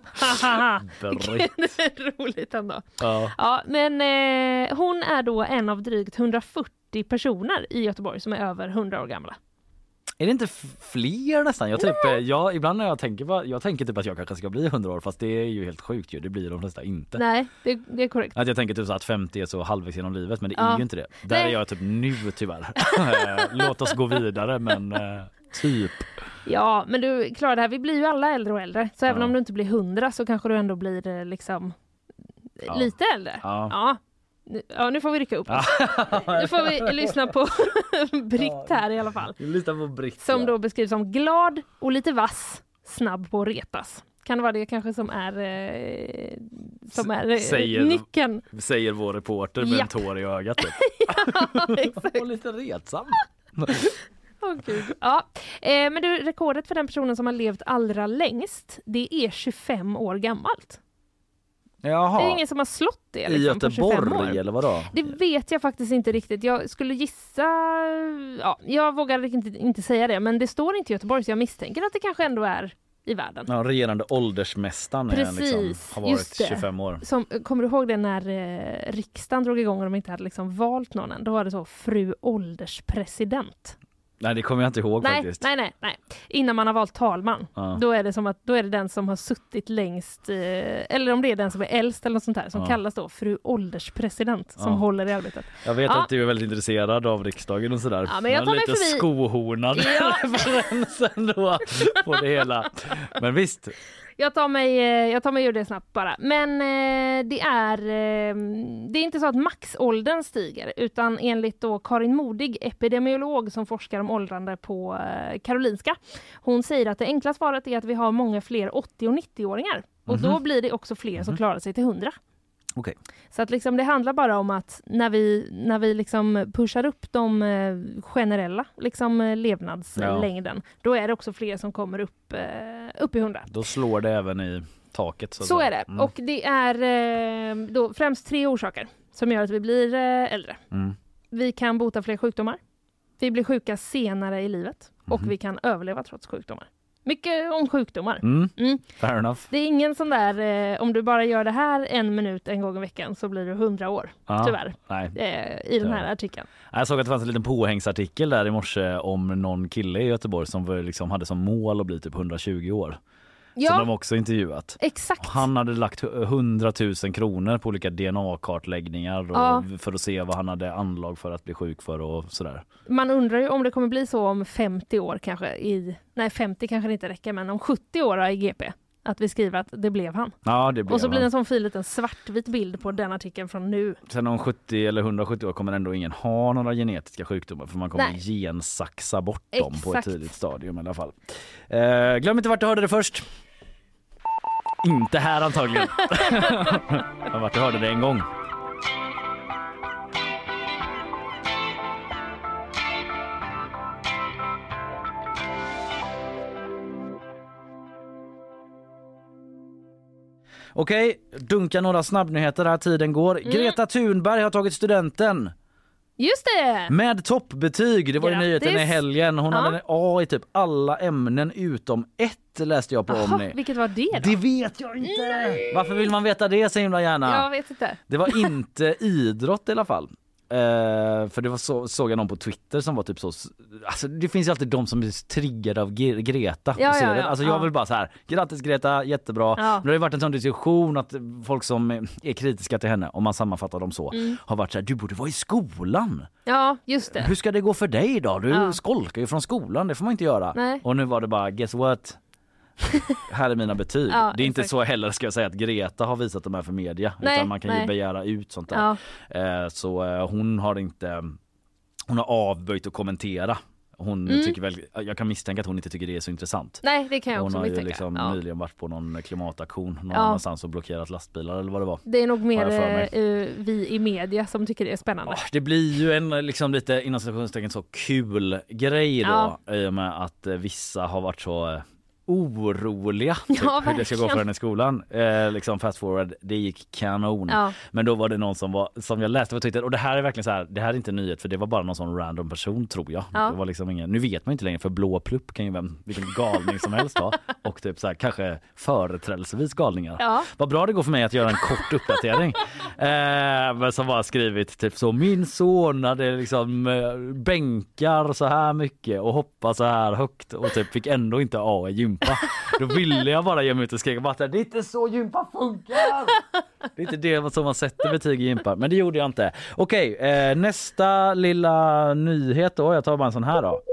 Det är roligt ändå. Ja. Ja, men eh, hon är då en av drygt hundrafyrtio personer i Göteborg som är över hundra år gamla. Är det inte fler nästan? Jag, typ, jag, ibland när jag tänker på, jag tänker typ att jag kanske ska bli hundra år, fast det är ju helt sjukt ju. Det blir de flesta inte. Nej, det, det är korrekt. Att jag tänker typ så att femtio är så halvvägs genom livet, men det ja. är ju inte det. Där Nej. är jag typ nu tyvärr. Låt oss gå vidare, men typ. Ja, men du klarar det här. Vi blir ju alla äldre och äldre. Så ja. även om du inte blir hundra så kanske du ändå blir liksom ja. lite äldre. Ja. ja. Ja, nu får vi rycka upp oss. Nu får vi lyssna på Britt här i alla fall. Lyssna på Britt, som ja. då beskrivs som glad och lite vass, snabb på att retas. Kan det vara det kanske som är eh, som är säger, nyckeln? Säger vår reporter med ja. en tår i ögat. Typ. Ja, exakt. Och lite retsam. Åh, Gud. Ja. Eh, men du, rekordet för den personen som har levt allra längst, det är tjugofem år gammalt. Jaha. Det är ingen som har slått det liksom, i Göteborg eller vadå? Det vet jag faktiskt inte riktigt. Jag skulle gissa, ja, jag vågar inte, inte säga det, men det står inte i Göteborg, så jag misstänker att det kanske ändå är i världen. Ja, regerande åldersmästaren är liksom, har varit tjugofem år. Som, kommer du ihåg det när eh, riksdagen drog igång och de inte hade liksom valt någon än? Då var det så, fru ålderspresident. Nej, det kommer jag inte ihåg nej, faktiskt. Nej, nej, nej. Innan man har valt talman. Ja. Då är det som att då är det den som har suttit längst, eh, eller om det är den som är äldst eller något sånt här, som ja. kallas då fru ålderspresident, som ja. håller i arbetet. Jag vet ja. att du är väldigt intresserad av riksdagen och sådär. Ja, men jag tar mig lite förbi. skohornad ja. referensen då på det hela. Men visst. Jag tar mig, jag tar mig ur det snabbt bara. Men eh, det är eh, det är inte så att maxåldern stiger, utan enligt då Karin Modig, epidemiolog som forskar om åldrande på eh, Karolinska. Hon säger att det enkla svaret är att vi har många fler åttio- och nittio-åringar. Och mm-hmm. då blir det också fler mm-hmm. som klarar sig till hundra. Okay. Så att liksom det handlar bara om att när vi, när vi liksom pushar upp de eh, generella liksom, levnadslängden, ja. då är det också fler som kommer upp, eh, upp i hundra. Då slår det även i taket. Så, så är det. Mm. Och det är eh, då främst tre orsaker som gör att vi blir eh, äldre. Mm. Vi kan bota fler sjukdomar. Vi blir sjuka senare i livet. Mm. Och vi kan överleva trots sjukdomar. Mycket om sjukdomar. Mm. Mm. Fair enough. Det är ingen sån där, eh, om du bara gör det här en minut en gång i veckan så blir du hundra år, ah, tyvärr, eh, i den här artikeln. Jag såg att det fanns en liten påhängsartikel där i morse om någon kille i Göteborg som liksom hade som mål att bli typ hundratjugo år. Ja. Som de också intervjuat. Exakt. Han hade lagt hundratusen kronor på olika D N A-kartläggningar ja. för att se vad han hade anlag för att bli sjuk för och sådär. Man undrar ju om det kommer bli så om femtio år kanske. I, nej, femtio kanske det inte räcker, men om sjuttio år i G P. Att vi skriver att det blev han. Ja, det blev och så han. blir det en sån fin liten svartvit bild på den artikeln från nu. Sen om sjuttio eller hundrasjuttio år kommer ändå ingen ha några genetiska sjukdomar, för man kommer Nej. gensaxa bort dem Exakt. på ett tidigt stadium i alla fall. Eh, glöm inte vart du hörde det först. Inte här antagligen. Jag vart du hörde det en gång. Okej, dunka några snabbnyheter här, tiden går. Mm. Greta Thunberg har tagit studenten. Just det! Med toppbetyg, det var ju nyheten i helgen. Hon ja. hade en A i typ alla ämnen utom ett, läste jag på Aha, Omni. Vilket var det då? Det vet jag inte! Nej. Varför vill man veta det så himla gärna? Jag vet inte. Det var inte idrott i alla fall. Uh, för det var så, såg jag någon på Twitter som var typ så, alltså det finns ju alltid de som är triggade av G- Greta ja, ja, ja, alltså ja. jag vill bara så här, grattis Greta, jättebra. Ja. Men det har ju varit en sån diskussion att folk som är kritiska till henne, om man sammanfattar dem så, mm. har varit så här, du borde vara i skolan. Ja, just det. Hur ska det gå för dig då? Du ja. skolkar ju från skolan, det får man inte göra. Nej. Och nu var det bara, guess what? Här är mina betyg. Ja, det är inte exakt. så heller ska jag säga att Greta har visat de här för media, nej, utan man kan nej. ju begära ut sånt där. Ja. Så hon har inte hon har avböjt att kommentera. Hon mm. tycker väl, jag kan misstänka att hon inte tycker det är så intressant. Nej, det kan jag hon också misstänka. misstänka. Hon har ju liksom ja. nyligen varit på någon klimataktion någon ja. annanstans och blockerat lastbilar eller vad det var. Det är nog mer uh, vi i media som tycker det är spännande. Oh, det blir ju en liksom lite inom citationstecken så kul grej då, ja. i och med att uh, vissa har varit så uh, oroliga typ, ja, hur det ska gå för henne i skolan. Eh, liksom fast forward, det gick kanon. Ja. Men då var det någon som var som jag läste på Twitter, och det här är verkligen så här, det här är inte nyhet för det var bara någon sån random person tror jag. Ja. Det var liksom ingen, nu vet man inte längre för blå plupp kan ju vem vilken galning som helst ha och typ så här kanske företrädelsevis galningar. Ja. Vad bra det går för mig att göra en kort uppdatering. Eh, men som var skrivit typ så, min son hade liksom eh, bänkar så här mycket och hoppa så här högt och typ fick ändå inte A i gympa. Då ville jag bara ge mig ut och skrika bara, det är inte så gympa funkar. Det är inte det som man sätter betyg i gympa, men det gjorde jag inte. Okej, eh, nästa lilla nyhet då, jag tar bara en sån här då.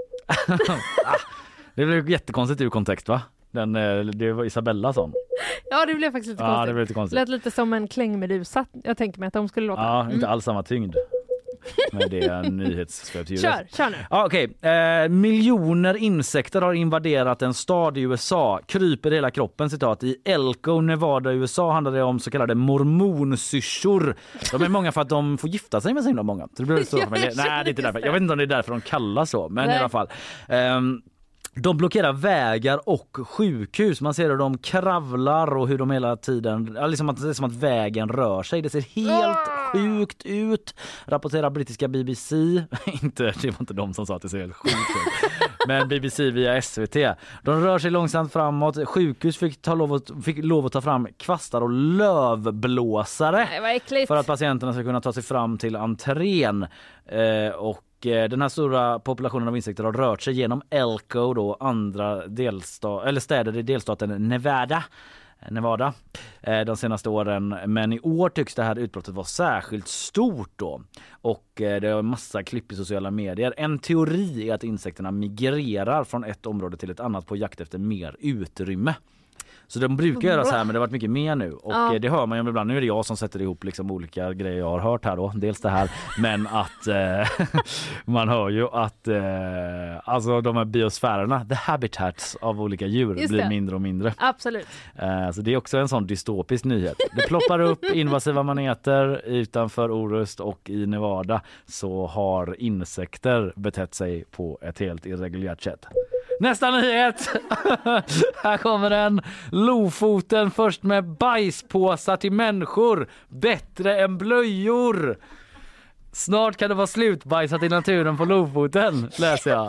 Det blev jättekonstigt ur kontext va? Den, det var Isabella sån. Ja, det blev faktiskt lite ja, konstigt. Det blev lite konstigt. Lät lite som en klängmedusa. Jag tänker mig att de skulle låta. Ja, mm. inte alls samma tyngd. Med det nyhetssvepsljudet. Kör, kör nu. Ja, okej. Eh, miljoner insekter har invaderat en stad i U S A. Kryper hela kroppen, citat. I Elko, Nevada, U S A handlar det om så kallade mormonsyrsor. De är många för att de får gifta sig med så himla många. Så det blir så. Nej, det är inte därför. Jag vet inte om det är därför de kallas så, men Nej. i alla fall. Um, De blockerar vägar och sjukhus. Man ser hur de kravlar och hur de hela tiden, liksom att det är som att vägen rör sig. Det ser helt sjukt ut. Rapporterar brittiska B B C. inte, det var inte de som sa att det ser helt sjukt ut. Men B B C via S V T. De rör sig långsamt framåt. Sjukhus fick, ta lov att, fick lov att ta fram kvastar och lövblåsare. Nej, vad äckligt. För att patienterna ska kunna ta sig fram till entrén. Eh, och den här stora populationen av insekter har rört sig genom Elko då, andra delsta- eller städer i delstaten Nevada. Nevada de senaste åren, men i år tycks det här utbrottet vara särskilt stort då, och det är en massa klipp i sociala medier. En teori är att insekterna migrerar från ett område till ett annat på jakt efter mer utrymme. Så de brukar göra så här, men det har varit mycket mer nu. Och ja. det hör man ju ibland. Nu är det jag som sätter ihop liksom olika grejer jag har hört här då. Dels det här, men att eh, man hör ju att eh, alltså de här biosfärerna, the habitats av olika djur blir mindre och mindre. Absolut. Eh, så det är också en sån dystopisk nyhet. Det ploppar upp invasiva maneter utanför Orust, och i Nevada så har insekter betett sig på ett helt irreguljärt sätt. Nästa nyhet. Här kommer den. Lofoten först med bajspåsar till människor. Bättre än blöjor. Snart kan det vara slutbajsat i naturen på Lofoten, läser jag.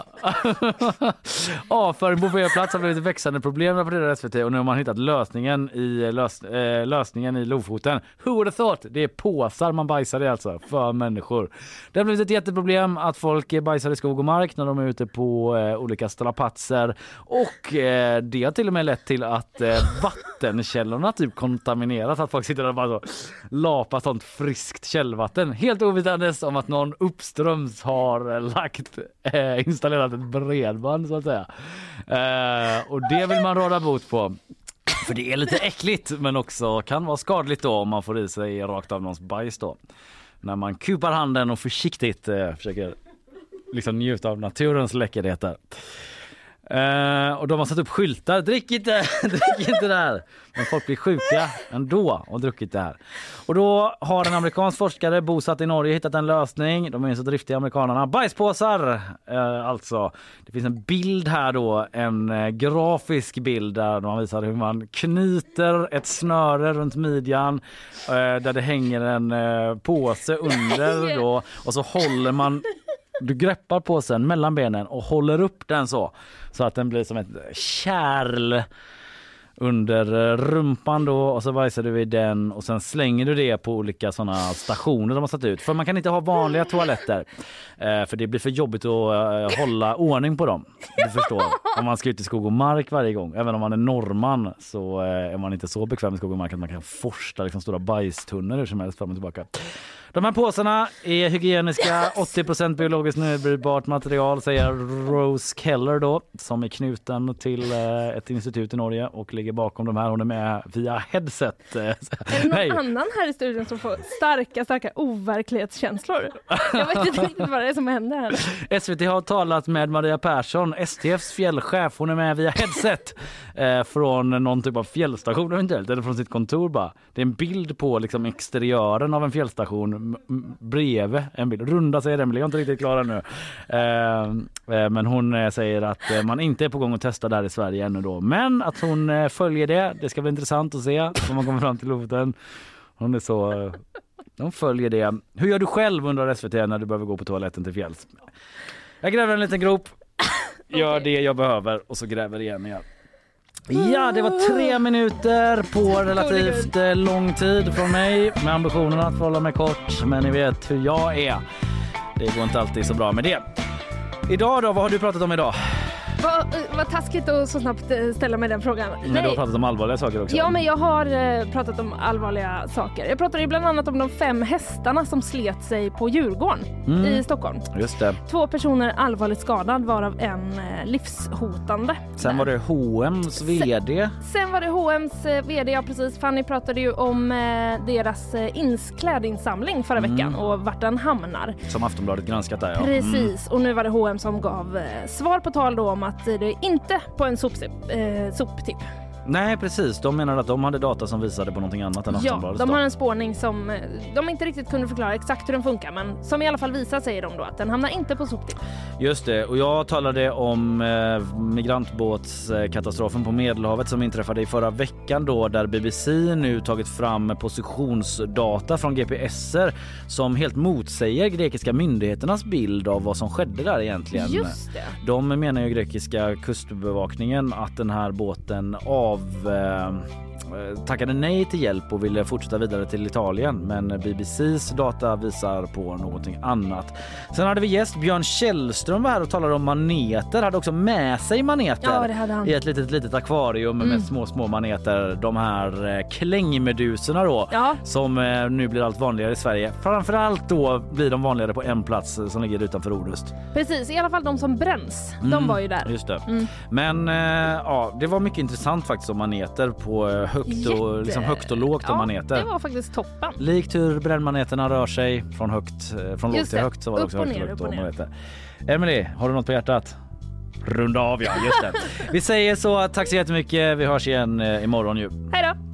Avföring på fler plats har blivit ett växande problem, rapporterar S V T, och nu har man hittat lösningen i, lös, eh, lösningen i Lofoten. Who would have thought? Det är påsar man bajsar i alltså, för människor. Det har blivit ett jätteproblem att folk bajsar i skog och mark när de är ute på eh, olika strapatser, och eh, det har till och med lett till att eh, vattenkällorna typ kontamineras, att folk sitter där och bara så lapar sånt friskt källvatten. Helt ovitandes om att någon uppströms har lagt eh, installerat ett bredband så att säga. Eh, och det vill man råda bot på. För det är lite äckligt, men också kan vara skadligt då om man får i sig rakt av någons bajs då. När man kupar handen och försiktigt eh, försöker liksom njuta av naturens läckerheter. Uh, och de har satt upp skyltar. Drick inte, drick inte där. Men folk blir sjuka ändå och druckit det här. Och då har en amerikansk forskare bosatt i Norge hittat en lösning. De är så driftiga amerikanerna. Bajspåsar uh, alltså. Det finns en bild här då. En uh, grafisk bild där man visar hur man knyter ett snöre runt midjan. Uh, där det hänger en uh, påse under då. Och så håller man... Du greppar påsen mellan benen och håller upp den så. Så att den blir som ett kärl under rumpan då. Och så bajsar du i den och sen slänger du det på olika sådana stationer de har satt ut. För man kan inte ha vanliga toaletter. Eh, för det blir för jobbigt att eh, hålla ordning på dem. Du förstår. Om man ska ut i skog och mark varje gång. Även om man är norrman så eh, är man inte så bekväm i skog och mark att man kan forsta liksom stora bajstunnor hur som helst fram och tillbaka. De här påsarna är hygieniska, åttio procent biologiskt nedbrytbart material, säger Rose Keller då, som är knuten till ett institut i Norge och ligger bakom de här. Hon är med via headset. Är det någon Nej. annan här i studion som får starka, starka overklighetskänslor? Jag vet inte riktigt vad det är som händer här. S V T har talat med Maria Persson, S T F:s fjällchef. Hon är med via headset eh, från någon typ av fjällstation eventuellt, eller från sitt kontor bara. Det är en bild på liksom exteriören av en fjällstation bredvid en bild. Runda säger den, jag är inte riktigt klar nu. Eh, eh, men hon eh, säger att eh, man inte är på gång att testa där i Sverige ännu då. Men att hon eh, följer det. Det ska bli intressant att se om man kommer fram till Lofoten. Hon är så... Eh, de följer det. Hur gör du själv under S V T när du behöver gå på toaletten till fjälls? Jag gräver en liten grop. Gör det jag behöver och så gräver igen igen. Ja, det var tre minuter på relativt lång tid från mig med ambitionen att hålla mig kort. Men ni vet hur jag är. Det går inte alltid så bra med det. Idag då, vad har du pratat om idag? Vad, vad taskigt att så snabbt ställa mig den frågan. Men Nej. Du har pratat om allvarliga saker också. Ja, men jag har eh, pratat om allvarliga saker. Jag pratade ju bland annat om de fem hästarna som slet sig på Djurgården mm. i Stockholm. Just det. Två personer allvarligt skadad, varav en eh, livshotande. Sen var det H och M's vd. Sen, sen var det H och M's eh, vd, ja precis. Fanny pratade ju om eh, deras eh, insklädinsamling förra mm. veckan och vart den hamnar. Som Aftonbladet granskat där, ja. Precis, mm. och nu var det H och M som gav eh, svar på tal då om att det är inte på en soptipp. Eh, soptipp. Nej, precis. De menar att de hade data som visade på någonting annat än Aftonbladet. Ja, de har en spårning som de inte riktigt kunde förklara exakt hur den funkar, men som i alla fall visar, säger de då, att den hamnar inte på soptipp. Just det, och jag talade om eh, migrantbåtskatastrofen på Medelhavet som inträffade i förra veckan då, där B B C nu tagit fram positionsdata från G P S-er som helt motsäger grekiska myndigheternas bild av vad som skedde där egentligen. Just det. De menar ju grekiska kustbevakningen att den här båten av Av, eh, tackade nej till hjälp och ville fortsätta vidare till Italien, men B B C:s data visar på någonting annat. Sen hade vi gäst Björn Källström var här och talade om maneter, hade också med sig maneter ja, det hade han. i ett litet litet akvarium mm. med små små maneter, de här eh, klängmeduserna då ja. som eh, nu blir allt vanligare i Sverige. Framförallt då blir de vanligare på en plats som ligger utanför Orust. Precis, i alla fall de som bränns, mm. de var ju där. Just det. Mm. Men eh, ja, det var mycket intressant faktiskt om maneter på eh, högt och, liksom högt och lågt ja, av maneter. Det var faktiskt toppen. Likt hur brännmaneterna rör sig från högt från lågt till högt, så var det upp också och högt ner, och upp och ner. maneter. Emily, har du något på hjärtat? Runda av, ja, just det. Vi säger så, tack så jättemycket. Vi hörs igen imorgon ju. Hej då!